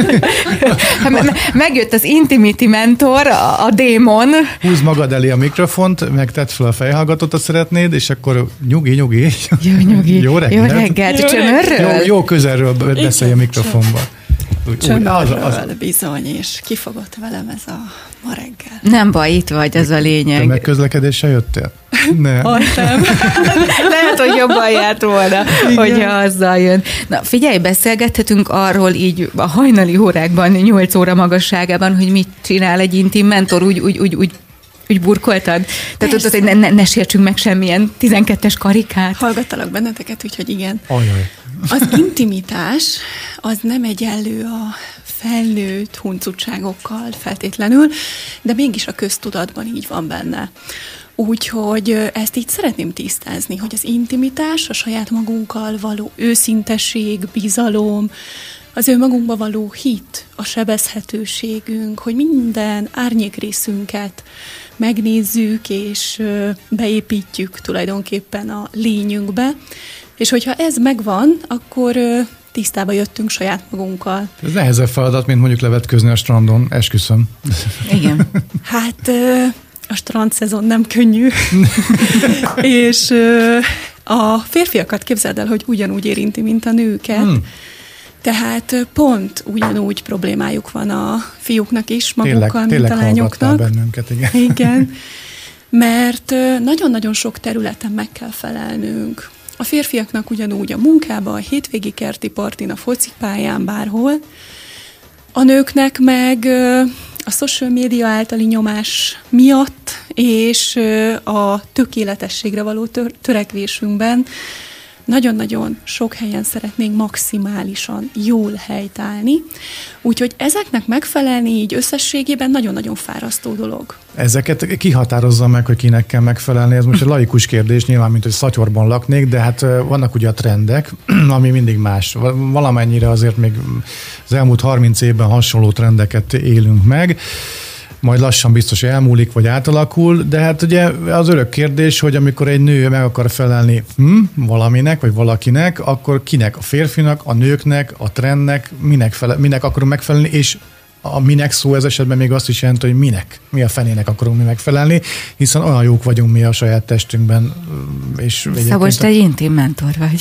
Megjött az intimity mentor, a, a démon. Húzd magad elé a mikrofont, meg tedd fel a fejhallgatót, ha szeretnéd, és akkor nyugi, nyugi. Jó, nyugi. Jó reggelt. Jó reggelt. Csömörről? Jó, jó közelről beszélj a mikrofonba. Csömörről bizony, és kifogott velem ez a ma reggel. Nem baj, itt vagy, ez a lényeg. Te megközlekedéssel jöttél? Nem. Nem. Lehet, hogy jobban járt volna, igen, hogyha azzal jön. Na figyelj, beszélgethetünk arról így a hajnali órákban, nyolc óra magasságában, hogy mit csinál egy intim mentor, úgy, úgy, úgy, úgy úgy burkoltad? Tehát tudod, hogy ne, ne, ne sértsünk meg semmilyen tizenkettes karikát. Hallgattalak benneteket, úgyhogy igen. Ajaj. Az intimitás az nem egyenlő a felnőtt huncutságokkal feltétlenül, de mégis a köztudatban így van benne. Úgyhogy ezt így szeretném tisztázni, hogy az intimitás, a saját magunkkal való őszintesség, bizalom, az önmagunkba való hit, a sebezhetőségünk, hogy minden árnyékrészünket megnézzük és beépítjük tulajdonképpen a lényünkbe, és hogyha ez megvan, akkor tisztába jöttünk saját magunkkal. Ez nehezebb feladat, mint mondjuk levetkőzni a strandon, esküszöm. Igen. Hát a strand szezon nem könnyű, és a férfiakat képzeld el, hogy ugyanúgy érinti, mint a nőket, hmm. Tehát pont ugyanúgy problémájuk van a fiúknak is, magukkal, tényleg, mint tényleg a lányoknak. bennünket, igen. Igen, mert nagyon-nagyon sok területen meg kell felelnünk. A férfiaknak ugyanúgy a munkában, a hétvégi kerti partin, a focipályán, bárhol. A nőknek meg a social média általi nyomás miatt és a tökéletességre való tör- törekvésünkben nagyon-nagyon sok helyen szeretnénk maximálisan jól helytállni, úgyhogy ezeknek megfelelni így összességében nagyon-nagyon fárasztó dolog. Ezeket ki határozza meg, hogy kinek kell megfelelni? Ez most egy laikus kérdés, nyilván, mint hogy szatyorban laknék, de hát vannak ugye a trendek, ami mindig más. Valamennyire azért még az elmúlt harminc évben hasonló trendeket élünk meg, majd lassan biztos elmúlik, vagy átalakul, de hát ugye az örök kérdés, hogy amikor egy nő meg akar felelni hm, valaminek, vagy valakinek, akkor kinek? A férfinak, a nőknek, a trendnek, minek, fele, minek akarunk megfelelni, és a minek szó ez esetben még azt is jelenti, hogy minek, mi a fenének akarunk mi megfelelni, hiszen olyan jók vagyunk mi a saját testünkben. És Szabolcs, te egy intim mentor vagy.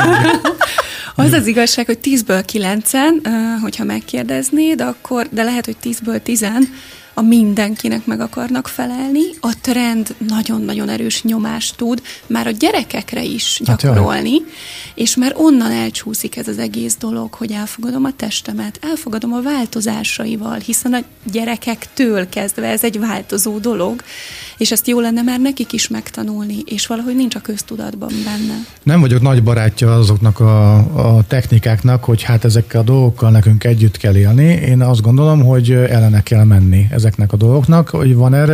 Az az igazság, hogy tízből kilencen, hogyha megkérdeznéd, akkor, de lehet, hogy tízből tizen a mindenkinek meg akarnak felelni. A trend nagyon-nagyon erős nyomást tud már a gyerekekre is gyakorolni, hát és már onnan elcsúszik ez az egész dolog, hogy elfogadom a testemet, elfogadom a változásaival, hiszen a gyerekektől kezdve ez egy változó dolog, és ezt jó lenne már nekik is megtanulni, és valahogy nincs a köztudatban benne. Nem vagyok nagy barátja azoknak a, a technikáknak, hogy hát ezekkel a dolgokkal nekünk együtt kell élni. Én azt gondolom, hogy ellene kell menni ezeknek a dolgoknak, hogy van erre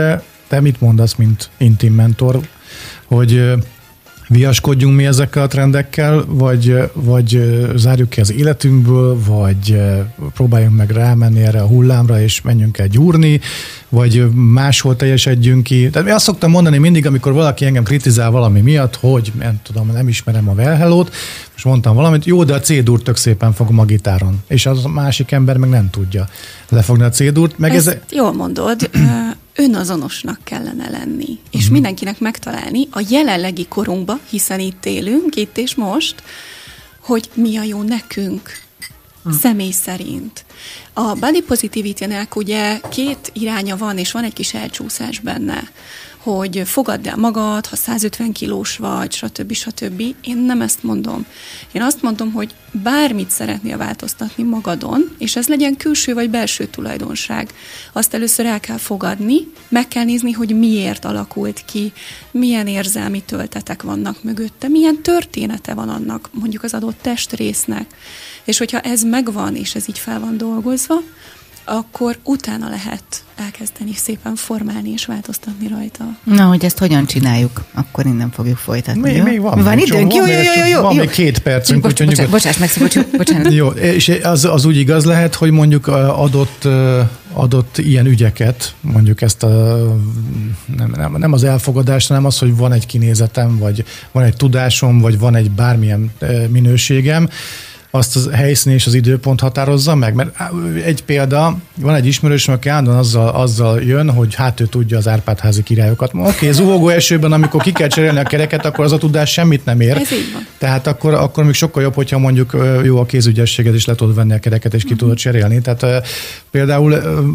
te mit mondasz, mint intim mentor, hogy viaskodjunk mi ezekkel a trendekkel, vagy, vagy zárjuk ki az életünkből, vagy próbáljunk meg rámenni erre a hullámra, és menjünk el gyúrni, vagy máshol teljesedjünk ki. Tehát azt szoktam mondani mindig, amikor valaki engem kritizál valami miatt, hogy nem tudom, nem ismerem a Well Hello-t, most mondtam valamit, jó, de a C-dur tök szépen fogom a gitáron, és az a másik ember meg nem tudja lefogni a C-durt. Meg Ezt ez... jól mondod, önazonosnak kellene lenni, és uh-huh. mindenkinek megtalálni a jelenlegi korunkba, hiszen itt élünk, itt és most, hogy mi a jó nekünk, uh-huh. személy szerint. A body positivity-nek ugye két iránya van, és van egy kis elcsúszás benne, hogy fogadd el magad, ha százötven kilós vagy, stb. stb. Én nem ezt mondom. Én azt mondom, hogy bármit szeretnél változtatni magadon, és ez legyen külső vagy belső tulajdonság, azt először el kell fogadni, meg kell nézni, hogy miért alakult ki, milyen érzelmi töltetek vannak mögötte, milyen története van annak, mondjuk az adott testrésznek. És hogyha ez megvan, és ez így fel van dolgozva, akkor utána lehet elkezdeni szépen formálni és változtatni rajta. Na, hogy ezt hogyan csináljuk, akkor innen fogjuk folytatni. Még, még van. Van időnk? Jó, jó, jó, jó. Van még két percünk. Bocs, bocs, bocs, bocsáss meg, bocsánat. Jó, és az, az úgy igaz lehet, hogy mondjuk adott, adott ilyen ügyeket, mondjuk ezt a, nem, nem, nem az elfogadás, hanem az, hogy van egy kinézetem, vagy van egy tudásom, vagy van egy bármilyen minőségem, azt az helyszín és az időpont határozza meg, mert egy példa, van egy ismerősöm, aki állandóan azzal, azzal jön, hogy hát ő tudja az Árpád-házi királyokat. Oké, okay, zuhogó esőben, amikor ki kell cserélni a kereket, akkor az a tudás semmit nem ér. Ez így van. Tehát akkor, akkor még sokkal jobb, hogyha mondjuk jó a kézügyességed, és le tudod venni a kereket, és ki uh-huh. tudod cserélni. Tehát például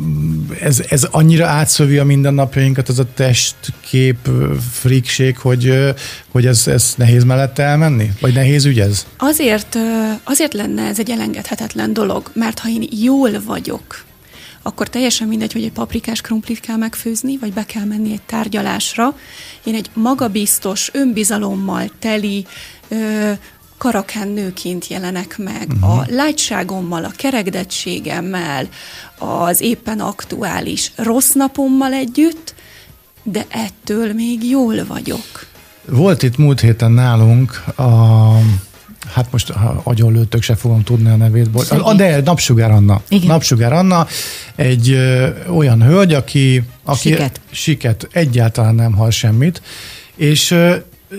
ez, ez annyira átszövi a mindennapjainkat, ez a testkép frikség, hogy, hogy ez, ez nehéz mellette elmenni? Vagy nehéz ügy ez? Azért, azért lenne ez egy elengedhetetlen dolog, mert ha én jól vagyok, akkor teljesen mindegy, hogy egy paprikás krumplit kell megfőzni, vagy be kell menni egy tárgyalásra. Én egy magabiztos, önbizalommal teli ö, karakán nőként jelenek meg. Uh-huh. A lágyságommal, a kerekdettségemmel, az éppen aktuális rossz napommal együtt, de ettől még jól vagyok. Volt itt múlt héten nálunk a... Hát most ha agyon lőttök, se fogom tudni a nevét. A, de Napsugár Anna. Igen. Napsugár Anna egy ö, olyan hölgy, aki, aki siket. siket egyáltalán nem hall semmit, és ö,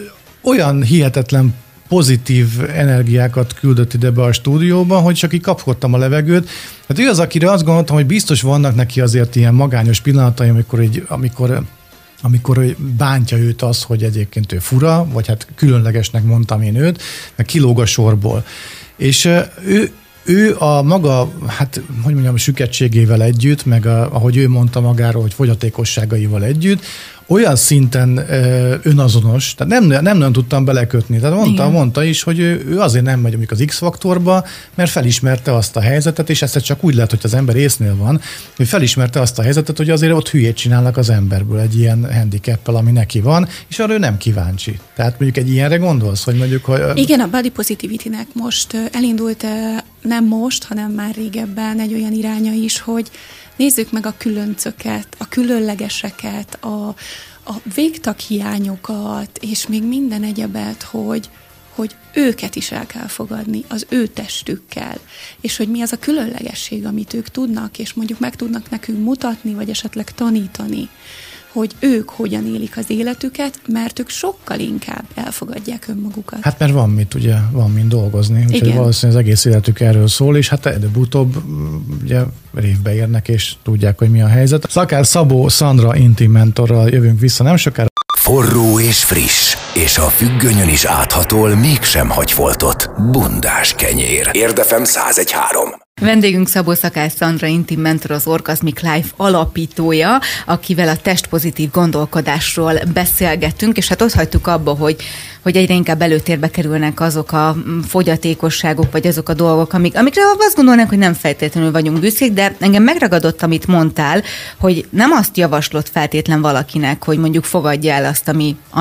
olyan hihetetlen pozitív energiákat küldött ide be a stúdióba, hogy csak így kapkodtam a levegőt. Hát ő az, akire azt gondoltam, hogy biztos vannak neki azért ilyen magányos pillanatai, amikor, így, amikor amikor bántja őt az, hogy egyébként ő fura, vagy hát különlegesnek mondtam én őt, meg kilóg a sorból. És ő, ő a maga, hát hogy mondjam, süketségével együtt, meg a, ahogy ő mondta magáról, hogy fogyatékosságaival együtt, olyan szinten ö, önazonos, tehát nem, nem nagyon tudtam belekötni. Tehát mondta, mondta is, hogy ő, ő azért nem megy mondjuk az X-faktorba, mert felismerte azt a helyzetet, és ezt csak úgy lehet, hogy az ember észnél van, hogy felismerte azt a helyzetet, hogy azért ott hülyét csinálnak az emberből egy ilyen handicappel, ami neki van, és arra ő nem kíváncsi. Tehát mondjuk egy ilyenre gondolsz, hogy mondjuk... Hogy... Igen, a body positivity-nek most elindult, nem most, hanem már régebben egy olyan iránya is, hogy nézzük meg a különcöket, a különlegeseket, a, a végtaghiányokat, és még minden egyebet, hogy, hogy őket is el kell fogadni, az ő testükkel, és hogy mi az a különlegesség, amit ők tudnak, és mondjuk meg tudnak nekünk mutatni, vagy esetleg tanítani, hogy ők hogyan élik az életüket, mert ők sokkal inkább elfogadják önmagukat. Hát mert van mit, ugye, van mint dolgozni, úgyhogy valószínűleg az egész életük erről szól, és hát előbb-utóbb ugye révbe érnek, és tudják, hogy mi a helyzet. Szakár Szabó Szandra intim mentorral jövünk vissza nem sokára. Forró és friss, és a függönyön is áthatol, mégsem hagy foltot. Bundás kenyér. Érdefem száz egy három. Vendégünk Szabó Szakár Szandra intim mentor, az Orgasmic Life alapítója, akivel a testpozitív gondolkodásról beszélgettünk, és hát ott hagytuk abba, hogy, hogy egyre inkább előtérbe kerülnek azok a fogyatékosságok, vagy azok a dolgok, amik, amikre azt gondolnánk, hogy nem feltétlenül vagyunk büszkék, de engem megragadott, amit mondtál, hogy nem azt javaslott feltétlen valakinek, hogy mondjuk fogadja el azt, ami, ami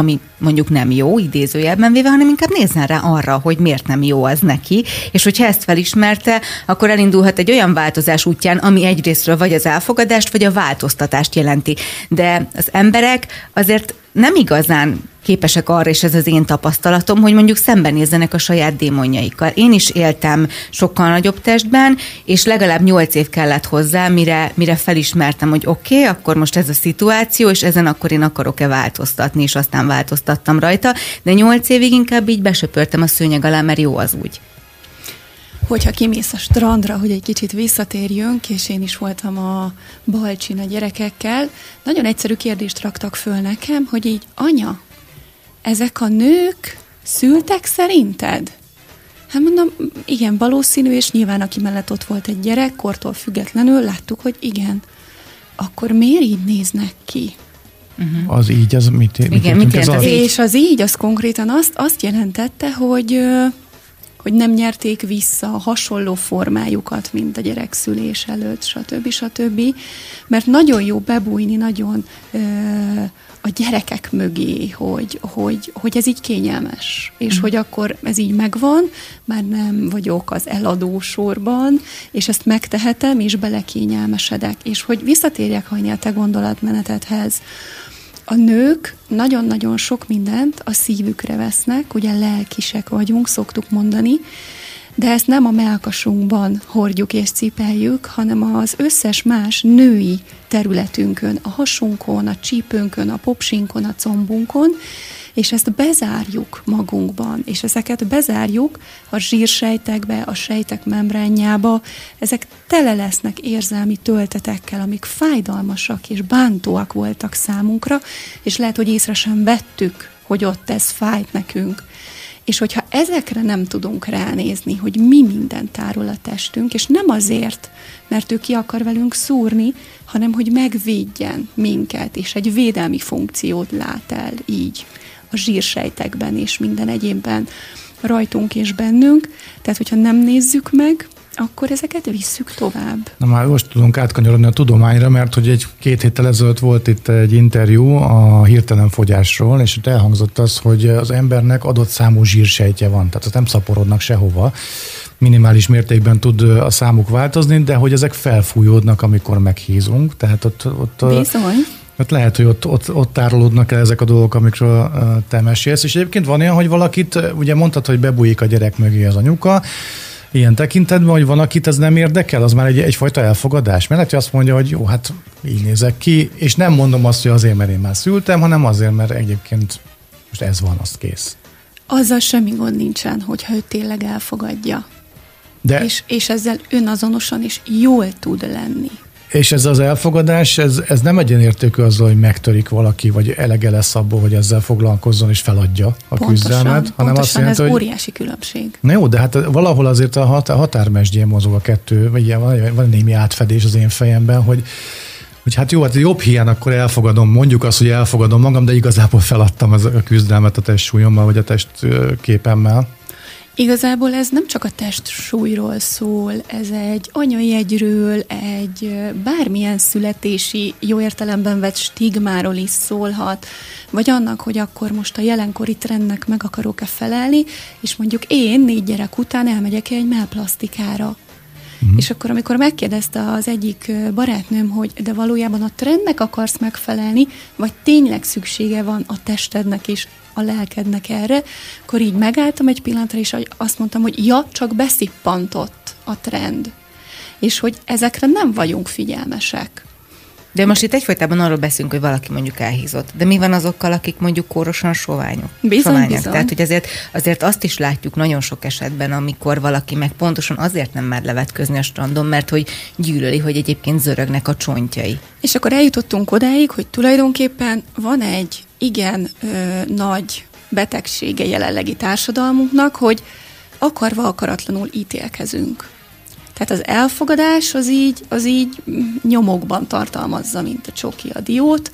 mondjuk nem jó, idézőjelben véve, hanem inkább nézzen rá arra, hogy miért nem jó az neki, és hogyha ezt felismerte, akkor elindulhat egy olyan változás útján, ami egyrésztről vagy az elfogadást, vagy a változtatást jelenti. De az emberek azért nem igazán képesek arra, és ez az én tapasztalatom, hogy mondjuk szembenézzenek a saját démonjaikkal. Én is éltem sokkal nagyobb testben, és legalább nyolc év kellett hozzá, mire, mire felismertem, hogy oké, okay, akkor most ez a szituáció, és ezen akkor én akarok-e változtatni, és aztán változtattam rajta, de nyolc évig inkább így besöpörtem a szőnyeg alá, mert jó az úgy. Hogyha kimész a strandra, hogy egy kicsit visszatérjünk, és én is voltam a Balcsin a gyerekekkel, nagyon egyszerű kérdést raktak föl nekem, hogy így, anya, ezek a nők szültek szerinted? Hát mondom, igen, valószínű, és nyilván aki mellett ott volt egy gyerek, kortól függetlenül láttuk, hogy igen. Akkor miért így néznek ki? Uh-huh. Az így, az mit, mit, igen, mit jelent az így? És az így, az konkrétan azt, azt jelentette, hogy... hogy nem nyerték vissza a hasonló formájukat, mint a gyerekszülés előtt, stb. stb. Mert nagyon jó bebújni nagyon ö, a gyerekek mögé, hogy, hogy, hogy ez így kényelmes, és mm. hogy akkor ez így megvan, már nem vagyok az eladó sorban, és ezt megtehetem, és belekényelmesedek. És hogy visszatérjek, Hajni, a te gondolatmenetedhez, a nők nagyon-nagyon sok mindent a szívükre vesznek, ugye lelkisek vagyunk, szoktuk mondani, de ezt nem a mellkasunkban hordjuk és cipeljük, hanem az összes más női területünkön, a hasunkon, a csípőnkön, a popsinkon, a combunkon, és ezt bezárjuk magunkban, és ezeket bezárjuk a zsírsejtekbe, a sejtek membránjába, ezek tele lesznek érzelmi töltetekkel, amik fájdalmasak és bántóak voltak számunkra, és lehet, hogy észre sem vettük, hogy ott ez fájt nekünk. És hogyha ezekre nem tudunk ránézni, hogy mi minden tárol a testünk, és nem azért, mert ő ki akar velünk szúrni, hanem hogy megvédjen minket, és egy védelmi funkciót lát el így a zsírsejtekben és minden egyébben rajtunk és bennünk. Tehát, hogyha nem nézzük meg, akkor ezeket visszük tovább. Na már most tudunk átkanyarodni a tudományra, mert hogy egy két héttel ezelőtt volt itt egy interjú a hirtelen fogyásról, és ott elhangzott az, hogy az embernek adott számú zsírsejtje van, tehát az nem szaporodnak sehova. Minimális mértékben tud a számuk változni, de hogy ezek felfújódnak, amikor meghízunk. Tehát ott, ott Bizony. Hát lehet, hogy ott, ott, ott tárolódnak el ezek a dolgok, amikről te mesélsz. És egyébként van olyan, hogy valakit, ugye mondtad, hogy bebújik a gyerek mögé az anyuka, ilyen tekintetben, hogy van, akit ez nem érdekel, az már egy, egyfajta elfogadás. Mert lehet, azt mondja, hogy jó, hát így nézek ki, és nem mondom azt, hogy azért, mert én már szültem, hanem azért, mert egyébként most ez van, azt kész. Azzal semmi gond nincsen, hogyha ő tényleg elfogadja. De... És, és ezzel önazonosan is jól tud lenni. És ez az elfogadás, ez, ez nem egyenértékű azzal, hogy megtörik valaki, vagy elege lesz abból, hogy ezzel foglalkozzon és feladja a pontosan, küzdelmet. Hanem pontosan, azt jelenti, ez hogy... óriási különbség. Na jó, de hát valahol azért a hat- határmesdjén mozog a kettő, vagy ilyen, van, van némi átfedés az én fejemben, hogy, hogy hát jó, hát jobb hiány akkor elfogadom, mondjuk azt, hogy elfogadom magam, de igazából feladtam az a küzdelmet a testsúlyommal, vagy a testképemmel. Igazából ez nem csak a testsúlyról szól, ez egy anyajegyről, egy bármilyen születési, jó értelemben vett stigmáról is szólhat, vagy annak, hogy akkor most a jelenkori trendnek meg akarok-e felelni, és mondjuk én négy gyerek után elmegyek egy mellplasztikára. Mm. És akkor, amikor megkérdezte az egyik barátnőm, hogy de valójában a trendnek akarsz megfelelni, vagy tényleg szüksége van a testednek és a lelkednek erre, akkor így megálltam egy pillanatra, és azt mondtam, hogy ja, csak beszippantott a trend. És hogy ezekre nem vagyunk figyelmesek. De most itt egyfolytában arról beszélünk, hogy valaki mondjuk elhízott. De mi van azokkal, akik mondjuk kórosan soványok? Bizony, soványak. bizony. Tehát, hogy azért, azért azt is látjuk nagyon sok esetben, amikor valaki meg pontosan azért nem mer levetközni a strandon, mert hogy gyűlöli, hogy egyébként zörögnek a csontjai. És akkor eljutottunk odáig, hogy tulajdonképpen van egy igen ö, nagy betegsége jelenlegi társadalmunknak, hogy akarva akaratlanul ítélkezünk. Tehát az elfogadás az így, az így nyomokban tartalmazza, mint a csoki a diót,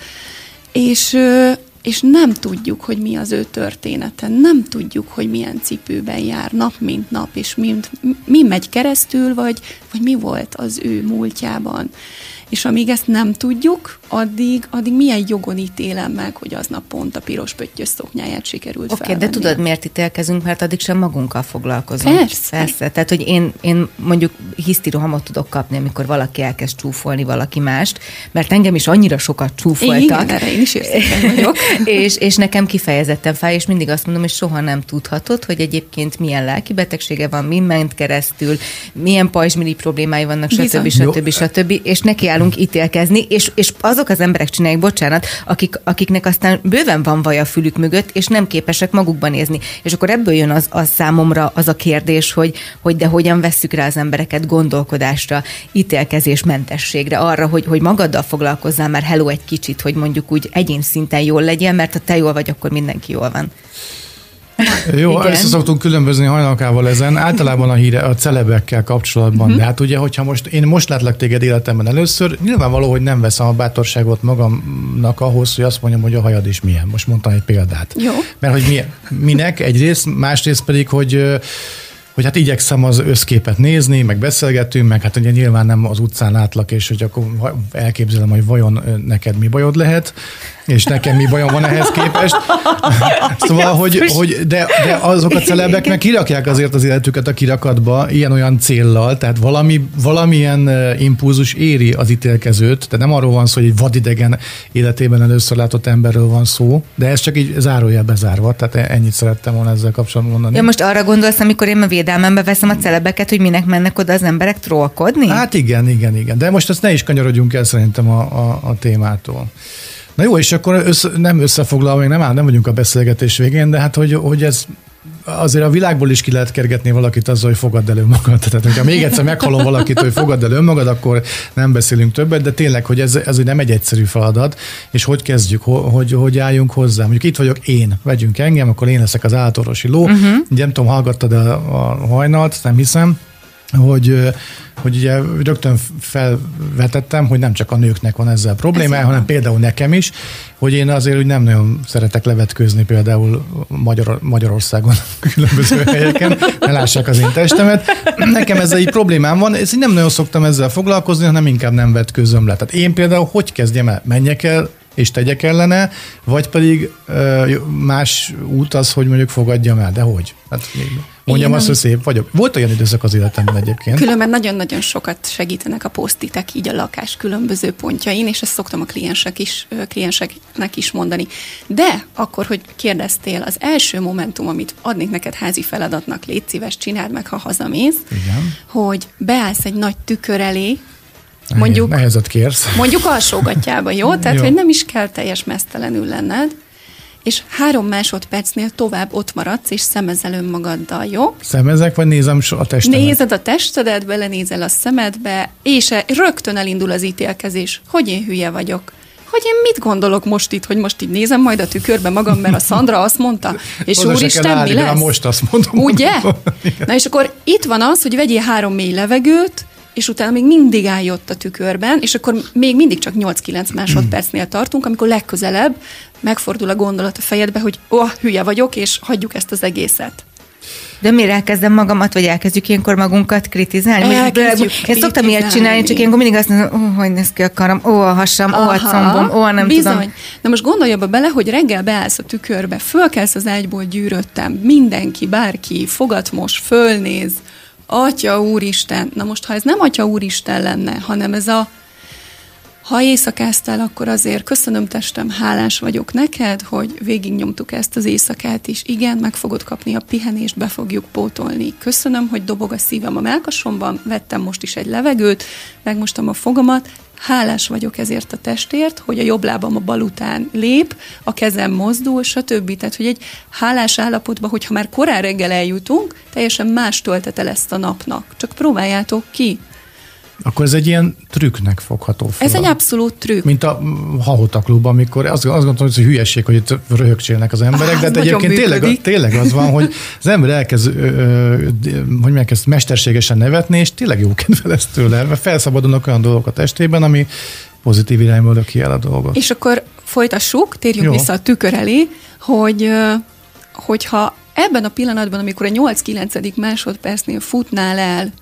és, és nem tudjuk, hogy mi az ő története, nem tudjuk, hogy milyen cipőben jár nap, mint nap, és mi, mi megy keresztül, vagy, vagy mi volt az ő múltjában. És amíg ezt nem tudjuk, addig, addig milyen jogon ítélem meg, hogy aznap pont a piros pöttyös szoknyáját sikerült Oké, felvenni. de tudod, miért ítélkezünk? Mert addig sem magunkkal foglalkozunk. Persze. Persze. Tehát, hogy én, én mondjuk hisztirohamot tudok kapni, amikor valaki elkezd csúfolni valaki mást, mert engem is annyira sokat csúfoltak. Igen, erre én is érzékeny vagyok. és, és nekem kifejezetten fáj, és mindig azt mondom, hogy soha nem tudhatod, hogy egyébként milyen lelki betegsége van, mi ment keresztül, milyen pajzsmirigy problémái vannak, stb. stb. stb. És nekiállunk ítélkezni, és, és azok az emberek csinálják, bocsánat, akik, akiknek aztán bőven van vaj a fülük mögött, és nem képesek magukban nézni. És akkor ebből jön az, az számomra az a kérdés, hogy, hogy de hogyan vesszük rá az embereket gondolkodásra, ítélkezésmentességre, arra, hogy, hogy magaddal foglalkozzál már hello egy kicsit, hogy mondjuk úgy egyén szinten jól legyen, mert ha te jól vagy, akkor mindenki jól van. Jó, össze szoktunk különbözni Hajnalkával ezen, általában a híre a celebekkel kapcsolatban, uh-huh. de hát ugye, hogyha most én most látlak téged életemben először, nyilvánvaló, hogy nem veszem a bátorságot magamnak ahhoz, hogy azt mondjam, hogy a hajad is milyen. Most mondtam egy példát. Jó. Mert hogy milyen, minek egyrészt, másrészt pedig, hogy hogy hát igyekszem az összképet nézni, meg beszélgetünk, meg hát ugye nyilván nem az utcán látlak, és hogy akkor elképzelem, hogy vajon neked mi bajod lehet, és nekem mi bajom van ehhez képest. Szóval, hogy, hogy de, de azok a celebek meg kirakják azért az életüket a kirakatba ilyen-olyan céllal, tehát valami, valamilyen impulzus éri az ítélkezőt, tehát nem arról van szó, hogy egy vadidegen életében először látott emberről van szó, de ez csak így zárójel bezárva, tehát ennyit szerettem volna ezzel kapcsolatban mondani. Ja, most arra gondolsz, amikor én a védelmembe veszem a celebeket, hogy minek mennek oda az emberek trollkodni? Hát igen, igen, igen. De most ezt ne is kanyarodjunk el szerintem a, a, a témától. Na jó, és akkor össze, nem összefoglalva, még nem áll, nem vagyunk a beszélgetés végén, de hát hogy, hogy ez azért a világból is ki lehet kergetni valakit azzal, hogy fogadd el önmagad. Tehát, hogyha még egyszer meghalom valakit, hogy fogadd el önmagad, akkor nem beszélünk többet, de tényleg, hogy ez, ez nem egy egyszerű feladat, és hogy kezdjük, hogy, hogy álljunk hozzá. Mondjuk itt vagyok én, vegyünk engem, akkor én leszek az állatorvosi ló. Uh-huh. Ugye nem tudom, hallgattad a, a Hajnalt, nem hiszem, hogy, hogy ugye rögtön felvetettem, hogy nem csak a nőknek van ezzel problémája, hanem például nekem is, hogy én azért úgy nem nagyon szeretek levetkőzni például Magyar, Magyarországon különböző helyeken, ne lássák az én testemet. Nekem ezzel így problémám van, és nem nagyon szoktam ezzel foglalkozni, hanem inkább nem vetkőzöm le. Tehát én például hogy kezdjem el? Menjek el és tegyek ellene, vagy pedig ö, más út az, hogy mondjuk fogadjam el, de hogy? Hát mondjam azt, hogy szép vagyok. Volt olyan időszak az életemben egyébként. Különben nagyon-nagyon sokat segítenek a posztitek így a lakás különböző pontjain, és ezt szoktam a kliensek is, klienseknek is mondani. De akkor, hogy kérdeztél, az első momentum, amit adnék neked házi feladatnak, légy szíves, csináld meg, ha hazamész, igen, hogy beállsz egy nagy tükör elé, mondjuk, nehezet kérsz. Mondjuk alsógatjába, jó? Tehát, jó, hogy nem is kell teljes meztelenül lenned, és három másodpercnél tovább ott maradsz, és szemezel önmagaddal, jó? Szemezek, vagy nézem a testedet? Nézed a testedet, belenézel a szemedbe, és rögtön elindul az ítélkezés. Hogy én hülye vagyok? Hogy én mit gondolok most itt, hogy most így nézem majd a tükörbe magam, mert a Szandra azt mondta, és úristen, mi lesz? Most azt mondom. Ugye? Na és akkor itt van az, hogy vegyél három mély levegőt, és utána még mindig állj ott a tükörben, és akkor még mindig csak nyolc-kilenc másodpercnél tartunk, amikor legközelebb megfordul a gondolat a fejedbe, hogy ó, oh, hülye vagyok, és hagyjuk ezt az egészet. De miért elkezdem magamat, vagy elkezdjük ilyenkor magunkat kritizálni? Elkezdjük Én szoktam ilyet csinálni, csak ilyenkor mindig azt mondom, ó, hogy néz ki a karam, ó, a hasam, ó, a combom, ó, nem bizony. tudom. Na most gondolj abba bele, hogy reggel beállsz a tükörbe, fölkelsz az ágyból gyűröttem, mindenki, bárki, fogatmos, fölnéz, Atya Úristen, na most ha ez nem Atya Úristen lenne, hanem ez a, ha éjszakáztál, akkor azért köszönöm testem, hálás vagyok neked, hogy végignyomtuk ezt az éjszakát is. Igen, meg fogod kapni a pihenést, be fogjuk pótolni. Köszönöm, hogy dobog a szívem a melkasomban, vettem most is egy levegőt, megmostam a fogamat, hálás vagyok ezért a testért, hogy a jobb lábam a bal után lép, a kezem mozdul, stb. Tehát, hogy egy hálás állapotban, hogyha már korán reggel eljutunk, teljesen más töltete lesz a napnak. Csak próbáljátok ki. Akkor ez egy ilyen trükknek fogható fel. Ez egy abszolút trükk. Mint a Hahota Klub, amikor azt, azt gondolom, hogy hülyeség, hogy itt röhögcsélnek az emberek, ah, de hát egyébként tényleg, tényleg az van, hogy az ember elkezd, ö, ö, hogy elkezd mesterségesen nevetni, és tényleg jó kedve lesz tőle, mert felszabadulnak olyan dolgok a testében, ami pozitív irányba löki el a dolgot. És akkor folytassuk, térjünk jó. vissza a tükör elé, hogy hogyha ebben a pillanatban, amikor a nyolc-kilencedik másodpercnél futnál el,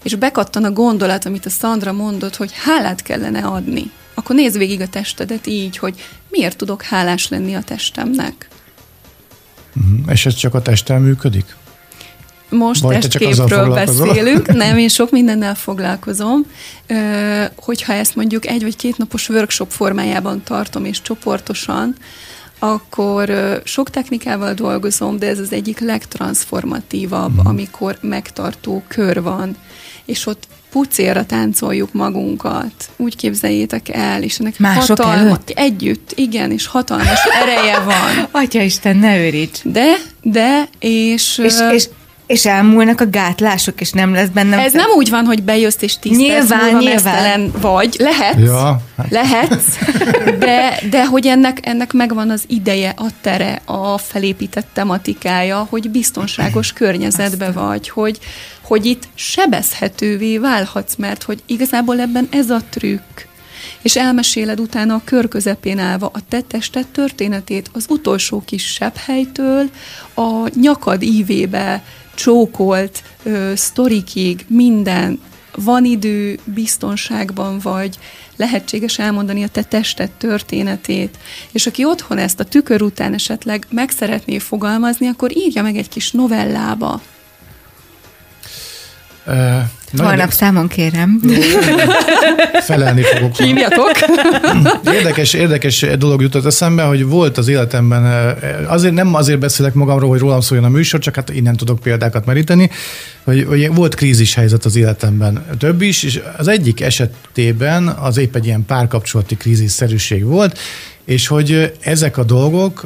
és bekattan a gondolat, amit a Szandra mondott, hogy hálát kellene adni, akkor nézd végig a testedet így, hogy miért tudok hálás lenni a testemnek. Uh-huh. És ez csak a testtel működik? Most vagy testképről beszélünk, nem, én sok mindennel foglalkozom. Hogyha ezt mondjuk egy vagy két napos workshop formájában tartom, és csoportosan, akkor sok technikával dolgozom, de ez az egyik legtranszformatívabb, mm. amikor megtartó kör van, és ott pucérra táncoljuk magunkat. Úgy képzeljétek el, és ennek mások hatalma, előtt? Együtt, igen, és hatalmas ereje van. Atyaisten, ne őríts! De, de, és... És, és És elmúlnak a gátlások, és nem lesz bennem... Ez nem úgy van, hogy bejössz, és tíz nyilván, perc múlva nyilván. mesztelen vagy. Lehetsz, ja. lehetsz, de, de hogy ennek, ennek megvan az ideje, a tere, a felépített tematikája, hogy biztonságos környezetbe vagy, hogy, hogy itt sebezhetővé válhatsz, mert hogy igazából ebben ez a trükk. És elmeséled utána a kör közepén állva a te tested történetét az utolsó kis sebhelytől a nyakad ívébe csókolt ö, sztorikig, minden. Van idő, biztonságban vagy, lehetséges elmondani a te tested történetét. És aki otthon ezt a tükör után esetleg meg szeretné fogalmazni, akkor írja meg egy kis novellába. Uh, Holnap de... számon kérem. Felelni fogok. Hívjatok. Érdekes, érdekes dolog jutott eszembe, hogy volt az életemben, azért nem azért beszélek magamról, hogy rólam szóljon a műsor, csak hát innen tudok példákat meríteni, hogy, hogy volt krízis helyzet az életemben. Több is, és az egyik esetében az épp egy ilyen párkapcsolati krízisszerűség volt, és hogy ezek a dolgok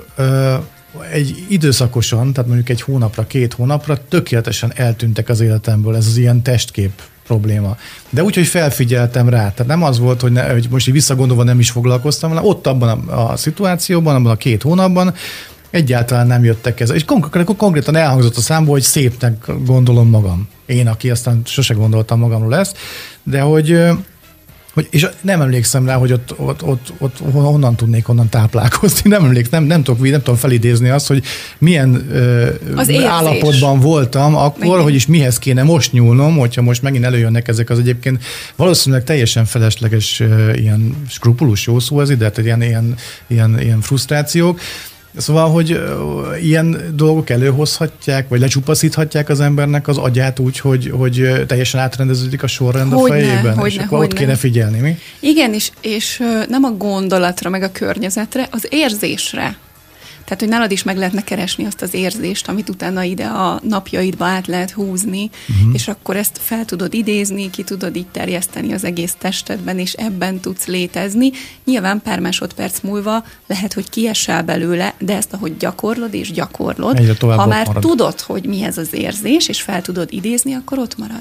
egy időszakosan, tehát mondjuk egy hónapra, két hónapra tökéletesen eltűntek az életemből, ez az ilyen testkép probléma. De úgy, hogy felfigyeltem rá. Tehát nem az volt, hogy, ne, hogy most így visszagondolva nem is foglalkoztam, hanem ott abban a, a szituációban, abban a két hónapban egyáltalán nem jöttek ezzel. És konkrétan, konkrétan elhangzott a számból, hogy szépnek gondolom magam. Én, aki aztán sose gondoltam magamról ezt, de hogy... Hogy, és nem emlékszem rá, hogy ott, ott, ott, ott honnan tudnék onnan táplálkozni. Nem emlékszem, nem, nem, tudok, nem tudom felidézni azt, hogy milyen ö, állapotban voltam akkor, igen. Hogy is mihez kéne most nyúlnom, hogyha most megint előjönnek ezek az egyébként valószínűleg teljesen felesleges ö, ilyen skrupulus, jó szó ez ide, tehát ilyen, ilyen, ilyen, ilyen frusztrációk. Szóval, hogy uh, ilyen dolgok előhozhatják, vagy lecsupaszíthatják az embernek az agyát úgy, hogy, hogy teljesen átrendeződik a sorrend a fejében, hogyne, és akkor ott kéne figyelni, mi? Igen, és, és nem a gondolatra, meg a környezetre, az érzésre. Tehát, hogy nálad is meg lehetne keresni azt az érzést, amit utána ide a napjaidba át lehet húzni, uh-huh. és akkor ezt fel tudod idézni, ki tudod így terjeszteni az egész testedben, és ebben tudsz létezni. Nyilván pár másodperc múlva lehet, hogy kiesel belőle, de ezt ahogy gyakorlod és gyakorlod, ha már marad. Tudod, hogy mi ez az érzés, és fel tudod idézni, akkor ott marad.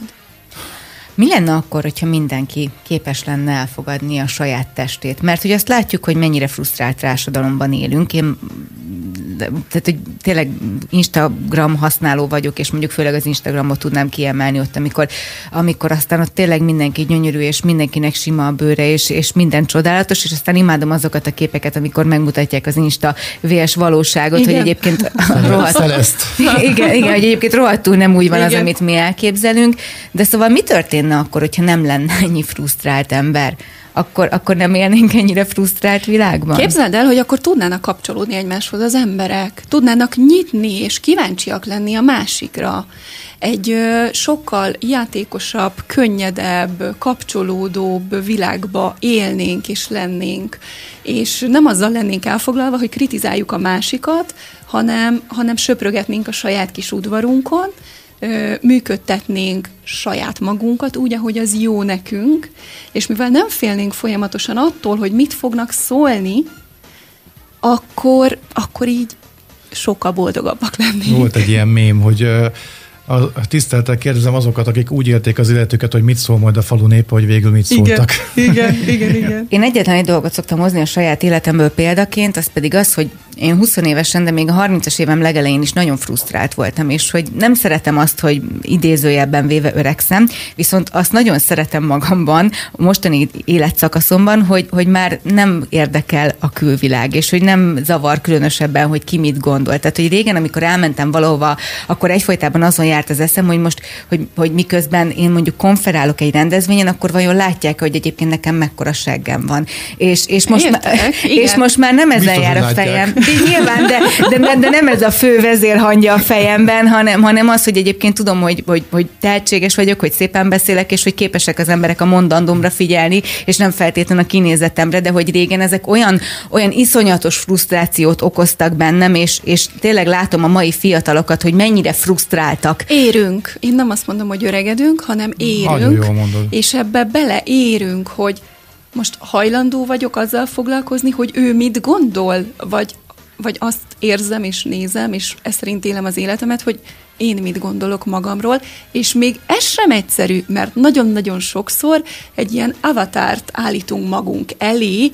Mi lenne akkor, hogyha mindenki képes lenne elfogadni a saját testét? Mert hogy azt látjuk, hogy mennyire frusztrált társadalomban élünk. Én tehát, hogy tényleg Instagram használó vagyok, és mondjuk főleg az Instagramot tudnám kiemelni ott, amikor, amikor aztán ott tényleg mindenki gyönyörű, és mindenkinek sima a bőre, és, és minden csodálatos, és aztán imádom azokat a képeket, amikor megmutatják az Insta vés valóságot, igen. Hogy egyébként rohadt, igen, igen, hogy egyébként rohadtul nem úgy van igen. Az, amit mi elképzelünk, de szóval mi történne akkor, hogyha nem lenne ennyi frusztrált ember? Akkor, akkor nem élnénk ennyire frusztrált világban? Képzeld el, hogy akkor tudnának kapcsolódni egymáshoz az emberek, tudnának nyitni és kíváncsiak lenni a másikra. Egy ö, sokkal játékosabb, könnyedebb, kapcsolódóbb világba élnénk és lennénk. És nem azzal lennénk elfoglalva, hogy kritizáljuk a másikat, hanem, hanem söprögetnénk a saját kis udvarunkon, működtetnénk saját magunkat úgy, ahogy az jó nekünk, és mivel nem félnénk folyamatosan attól, hogy mit fognak szólni, akkor, akkor így sokkal boldogabbak lennénk. Volt egy ilyen mém, hogy a tisztelettel kérdezem azokat, akik úgy élték az életüket, hogy mit szól majd a falu népe, hogy végül mit szóltak. Igen, igen, igen, igen. Én egyetlen egy dolgot szoktam hozni a saját életemből példaként, az pedig az, hogy én húsz évesen, de még a harmincas évem legelején is nagyon frusztrált voltam, és hogy nem szeretem azt, hogy idézőjelben véve öregszem, viszont azt nagyon szeretem magamban, a mostani életszakaszomban, hogy, hogy már nem érdekel a külvilág, és hogy nem zavar különösebben, hogy ki mit gondol. Tehát, hogy régen, amikor elmentem valahova, akkor egyfolytában azon járt az eszem, hogy most, hogy, hogy miközben én mondjuk konferálok egy rendezvényen, akkor vajon látják, hogy egyébként nekem mekkora seggem van. És, és, most, Értek, már, és most már nem ezen jár a fejem. De nyilván, de, de, de nem ez a fő vezérhangja a fejemben, hanem, hanem az, hogy egyébként tudom, hogy, hogy, hogy tehetséges vagyok, hogy szépen beszélek, és hogy képesek az emberek a mondandómra figyelni, és nem feltétlenül a kinézetemre, de hogy régen ezek olyan, olyan iszonyatos frusztrációt okoztak bennem, és, és tényleg látom a mai fiatalokat, hogy mennyire frusztráltak. Érünk. Én nem azt mondom, hogy öregedünk, hanem érünk, és ebbe beleérünk, hogy most hajlandó vagyok azzal foglalkozni, hogy ő mit gondol, vagy, vagy azt érzem és nézem, és ezt szerint élem az életemet, hogy én mit gondolok magamról, és még ez sem egyszerű, mert nagyon-nagyon sokszor egy ilyen avatárt állítunk magunk elé,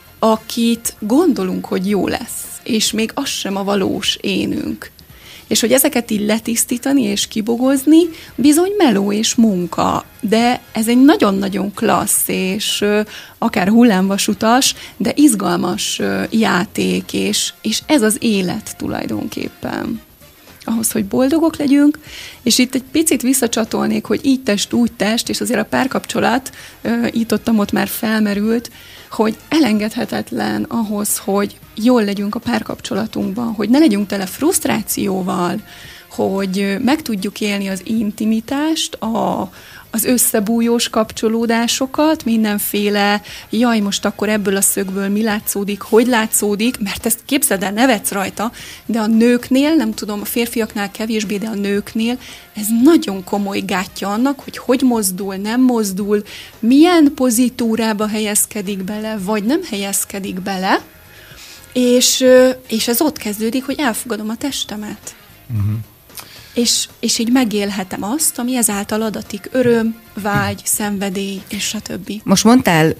akit gondolunk, hogy jó lesz, és még az sem a valós énünk. És hogy ezeket így letisztítani és kibogozni, bizony meló és munka, de ez egy nagyon-nagyon klassz és ö, akár hullámvasutas, de izgalmas ö, játék, és, és ez az élet tulajdonképpen. Ahhoz, hogy boldogok legyünk, és itt egy picit visszacsatolnék, hogy így test, úgy test, és azért a párkapcsolat ö, itt ott, ott már felmerült, hogy elengedhetetlen ahhoz, hogy jól legyünk a párkapcsolatunkban, hogy ne legyünk tele frusztrációval, hogy meg tudjuk élni az intimitást, a, az összebújós kapcsolódásokat, mindenféle, jaj, most akkor ebből a szögből mi látszódik, hogy látszódik, mert ezt képzeld el, nevetsz rajta, de a nőknél, nem tudom, a férfiaknál kevésbé, de a nőknél ez nagyon komoly gátja annak, hogy hogy mozdul, nem mozdul, milyen pozitúrába helyezkedik bele, vagy nem helyezkedik bele, és, és ez ott kezdődik, hogy elfogadom a testemet. Uh-huh. És, és így megélhetem azt, ami ezáltal adatik, öröm, vágy, szenvedély, és a többi. Most mondtál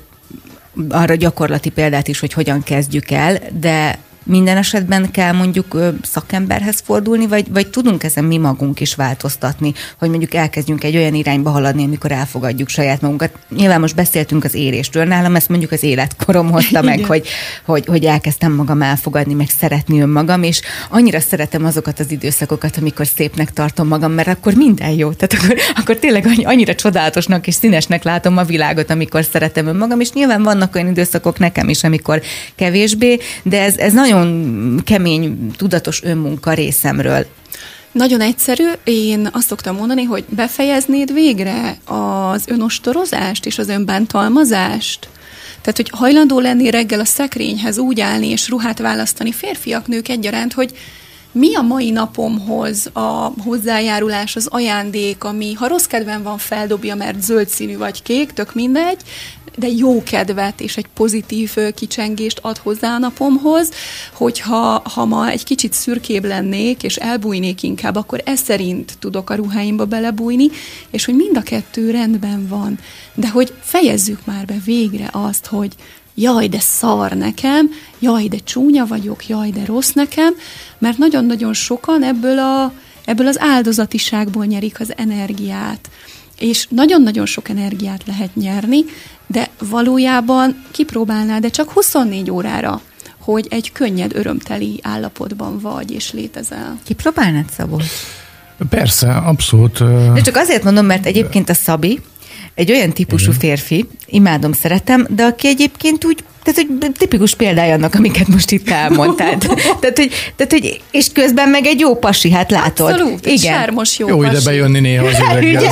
arra gyakorlati példát is, hogy hogyan kezdjük el, de minden esetben kell mondjuk szakemberhez fordulni, vagy, vagy tudunk ezen mi magunk is változtatni, hogy mondjuk elkezdjünk egy olyan irányba haladni, amikor elfogadjuk saját magunkat. Nyilván most beszéltünk az érésről, nálam ezt mondjuk az életkorom hozta meg, hogy, hogy, hogy elkezdtem magam elfogadni, meg szeretni önmagam, és annyira szeretem azokat az időszakokat, amikor szépnek tartom magam, mert akkor minden jó. Tehát akkor, akkor tényleg annyira csodálatosnak és színesnek látom a világot, amikor szeretem önmagam, és nyilván vannak olyan időszakok nekem is, amikor kevésbé, de ez, ez nagyon kemény, tudatos önmunka részemről. Nagyon egyszerű. Én azt szoktam mondani, hogy befejeznéd végre az önostorozást és az önbántalmazást. Tehát, hogy hajlandó lenni reggel a szekrényhez úgy állni és ruhát választani férfiak, nők egyaránt, hogy mi a mai napomhoz a hozzájárulás, az ajándék, ami ha rossz kedven van, feldobja, mert zöld színű vagy kék, tök mindegy, de jó kedvet és egy pozitív kicsengést ad hozzá a napomhoz, hogyha ha ma egy kicsit szürkébb lennék, és elbújnék inkább, akkor ez szerint tudok a ruháimba belebújni, és hogy mind a kettő rendben van. De hogy fejezzük már be végre azt, hogy jaj, de szar nekem, jaj, de csúnya vagyok, jaj, de rossz nekem, mert nagyon-nagyon sokan ebből, a, ebből az áldozatiságból nyerik az energiát. És nagyon-nagyon sok energiát lehet nyerni, de valójában kipróbálnád, de csak huszonnégy órára, hogy egy könnyed, örömteli állapotban vagy és létezel. Kipróbálnád, Szabó? Persze, abszolút. De csak azért mondom, mert egyébként a Szabi egy olyan típusú igen. férfi, imádom, szeretem, de aki egyébként úgy, tehát hogy tipikus példája annak, amiket most itt elmondtál. tehát, hogy, tehát, hogy, és közben meg egy jó pasi, hát látod. Abszolút, egy sármos jó, jó pasi. Jó ide bejönni néha az üveggel.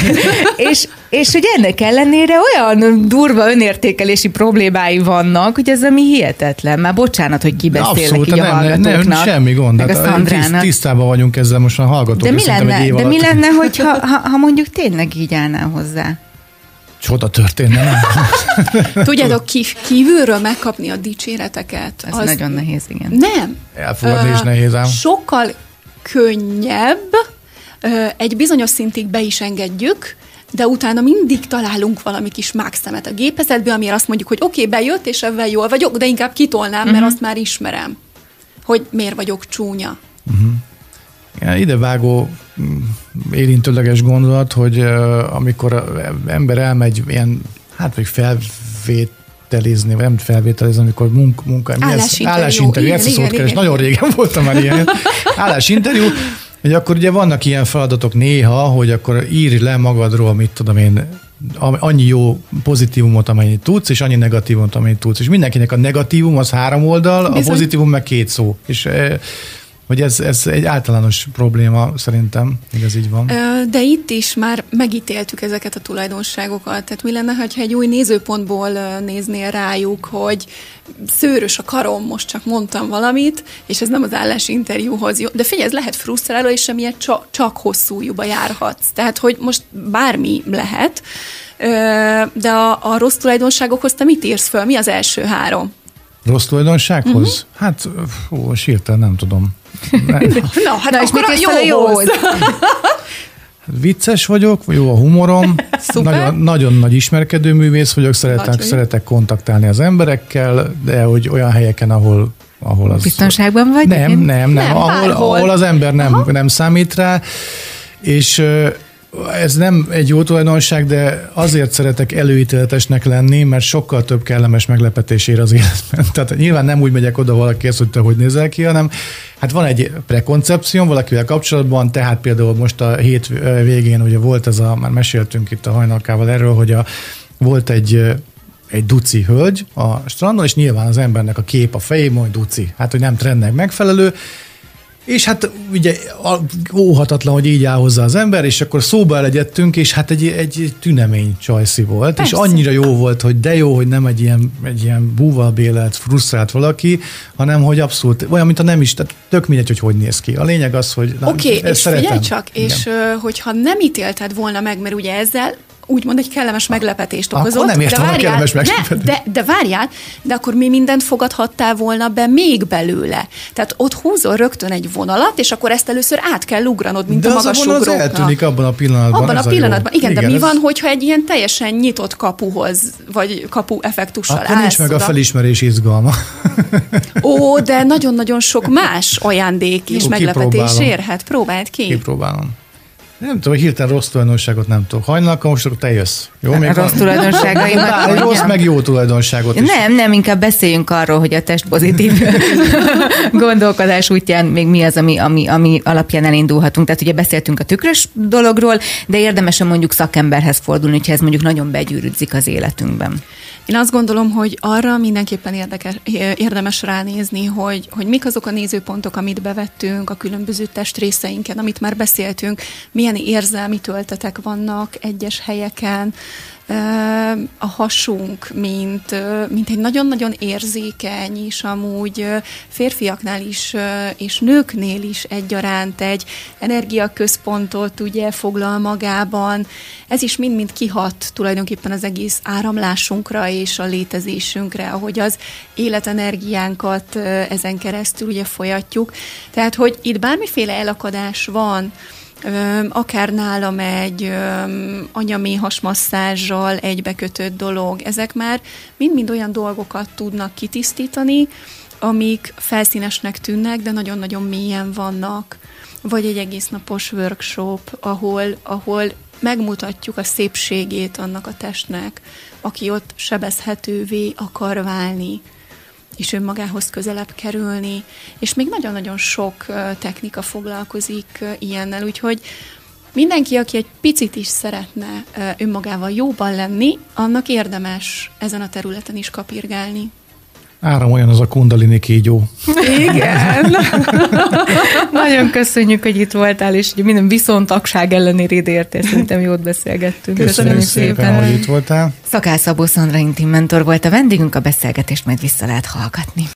és, és hogy ennek ellenére olyan durva önértékelési problémái vannak, hogy ez ami hihetetlen. Már bocsánat, hogy kibeszélek így a hallgatóknak. Nem, semmi gond. Meg a Szandrának. Tisztában vagyunk ezzel most a hallgatók. De mi lenne, de mi lenne hogyha ha, ha mondjuk tényleg így állnál hozzá? Csoda történne, nem? Tudjátok, kívülről megkapni a dicséreteket. Ez az nagyon nehéz, igen. Nem. Elfogadni is nehéz ám. Sokkal könnyebb, egy bizonyos szintig be is engedjük, de utána mindig találunk valami kis mágszemet a gépezetbe, amire azt mondjuk, hogy oké, okay, bejött, és ebben jól vagyok, de inkább kitolnám, uh-huh. mert azt már ismerem. hogy miért vagyok csúnya. Uh-huh. Idevágó érintőleges gondolat, hogy uh, amikor az ember elmegy ilyen, hát vagy felvételizni, vagy nem felvételizni, amikor munk, munka, állásinterjú, állásinterjú, ezt a szót keres, nagyon régen voltam már ilyen állásinterjú, hogy akkor ugye vannak ilyen feladatok néha, hogy akkor írj le magadról, mit tudom én, annyi jó pozitívumot, amennyit tudsz, és annyi negatívumot, amennyit tudsz. És mindenkinek a negatívum az három oldal, Bizony. A pozitívum meg két szó. És hogy ez, ez egy általános probléma szerintem, hogy ez így van. De itt is már megítéltük ezeket a tulajdonságokat. Tehát mi lenne, ha egy új nézőpontból néznél rájuk, hogy szőrös a karom, most csak mondtam valamit, és ez nem az állásinterjúhoz jó. De figyelj, ez lehet frusztráló, és emiatt csak, csak hosszú lyukba járhatsz. Tehát, hogy most bármi lehet, de a, a rossz tulajdonságokhoz te mit írsz föl? Mi az első három? Rossz tulajdonsághoz? Uh-huh. Hát, ó, sírtál, nem tudom. Na, hát Na, akkor a jóhoz. Vicces vagyok, jó a humorom, nagyon, nagyon nagy ismerkedő művész vagyok, szeretek, szeretek kontaktálni az emberekkel, de hogy olyan helyeken, ahol, ahol az... Biztonságban vagy? Nem, nem, nem, nem ahol, ahol az ember nem, nem számít rá, és ez nem egy jó tulajdonság, de azért szeretek előítéletesnek lenni, mert sokkal több kellemes meglepetés ér az életben. Tehát nyilván nem úgy megyek oda valakihez, hogy te hogy nézel ki, hanem hát van egy prekoncepció valakivel kapcsolatban, tehát például most a hét végén ugye volt ez a, már meséltünk itt a Hajnalkával erről, hogy a, volt egy egy duci hölgy a strandon, és nyilván az embernek a kép a fejében, hogy duci. Hát, hogy nem trendnek megfelelő, és hát ugye óhatatlan, hogy így áll hozzá az ember, és akkor szóba elegyedtünk, és hát egy, egy tünemény csajszi volt, Persze. és annyira jó volt, hogy de jó, hogy nem egy ilyen, egy ilyen búvalbélelt, frusztrált valaki, hanem hogy abszolút, olyan, mint a nem is, tehát tök mindegy, hogy hogy néz ki. A lényeg az, hogy Oké, okay, és szeretem. Figyelj csak, Igen. és hogyha nem ítélted volna meg, mert ugye ezzel úgymond egy kellemes meglepetést okozott. Akkor nem értem a kellemes meglepetést. De, de várjál, de akkor mi mindent fogadhattál volna be még belőle. Tehát ott húzol rögtön egy vonalat, és akkor ezt először át kell ugranod, mint de a magas ugróknak. De az eltűnik abban a pillanatban. Abban a pillanatban. Igen, Igen, de mi ez... van, hogyha egy ilyen teljesen nyitott kapuhoz, vagy kapu effektussal állsz? Akkor nincs meg a felismerés izgalma. Ó, de nagyon-nagyon sok más ajándék és Jó, meglepetés érhet. Próbáld ki. Kipróbálom. Nem tudom, hirtelen rossz tulajdonságot nem tudok. Hajnalka, most akkor te jössz. Jó, még rossz tulajdonságaimat. Rossz meg jó tulajdonságot is. Nem, nem, inkább beszéljünk arról, hogy a test pozitív gondolkodás útján még mi az, ami, ami, ami alapján elindulhatunk. Tehát ugye beszéltünk a tükrös dologról, de érdemes mondjuk szakemberhez fordulni, hogyha ez mondjuk nagyon begyűrűdzik az életünkben. Én azt gondolom, hogy arra mindenképpen érdekes, érdemes ránézni, hogy, hogy mik azok a nézőpontok, amit bevettünk a különböző testrészeinken, amit már beszéltünk, milyen érzelmi töltetek vannak egyes helyeken, a hasunk, mint, mint egy nagyon-nagyon érzékeny, és amúgy férfiaknál is, és nőknél is egyaránt egy energiaközpontot ugye foglal magában. Ez is mind-mind kihat tulajdonképpen az egész áramlásunkra és a létezésünkre, ahogy az életenergiánkat ezen keresztül ugye folyatjuk. Tehát, hogy itt bármiféle elakadás van, akár nálam egy anyaméhas masszázsal egybekötött dolog, ezek már mind-mind olyan dolgokat tudnak kitisztítani, amik felszínesnek tűnnek, de nagyon-nagyon mélyen vannak. Vagy egy egész napos workshop, ahol, ahol megmutatjuk a szépségét annak a testnek, aki ott sebezhetővé akar válni, és önmagához közelebb kerülni, és még nagyon-nagyon sok technika foglalkozik ilyennel, úgyhogy mindenki, aki egy picit is szeretne önmagával jóban lenni, annak érdemes ezen a területen is kapirgálni. Áram olyan az a kundalini kígyó. Igen. Nagyon köszönjük, hogy itt voltál, és minden viszontagság ellenére ide értél. Szerintem jót beszélgettünk. Köszönjük, Köszönjük szépen, szépen, hogy itt voltál. Szakács Szabó Szandra intim mentor volt a vendégünk, a beszélgetést majd vissza lehet hallgatni.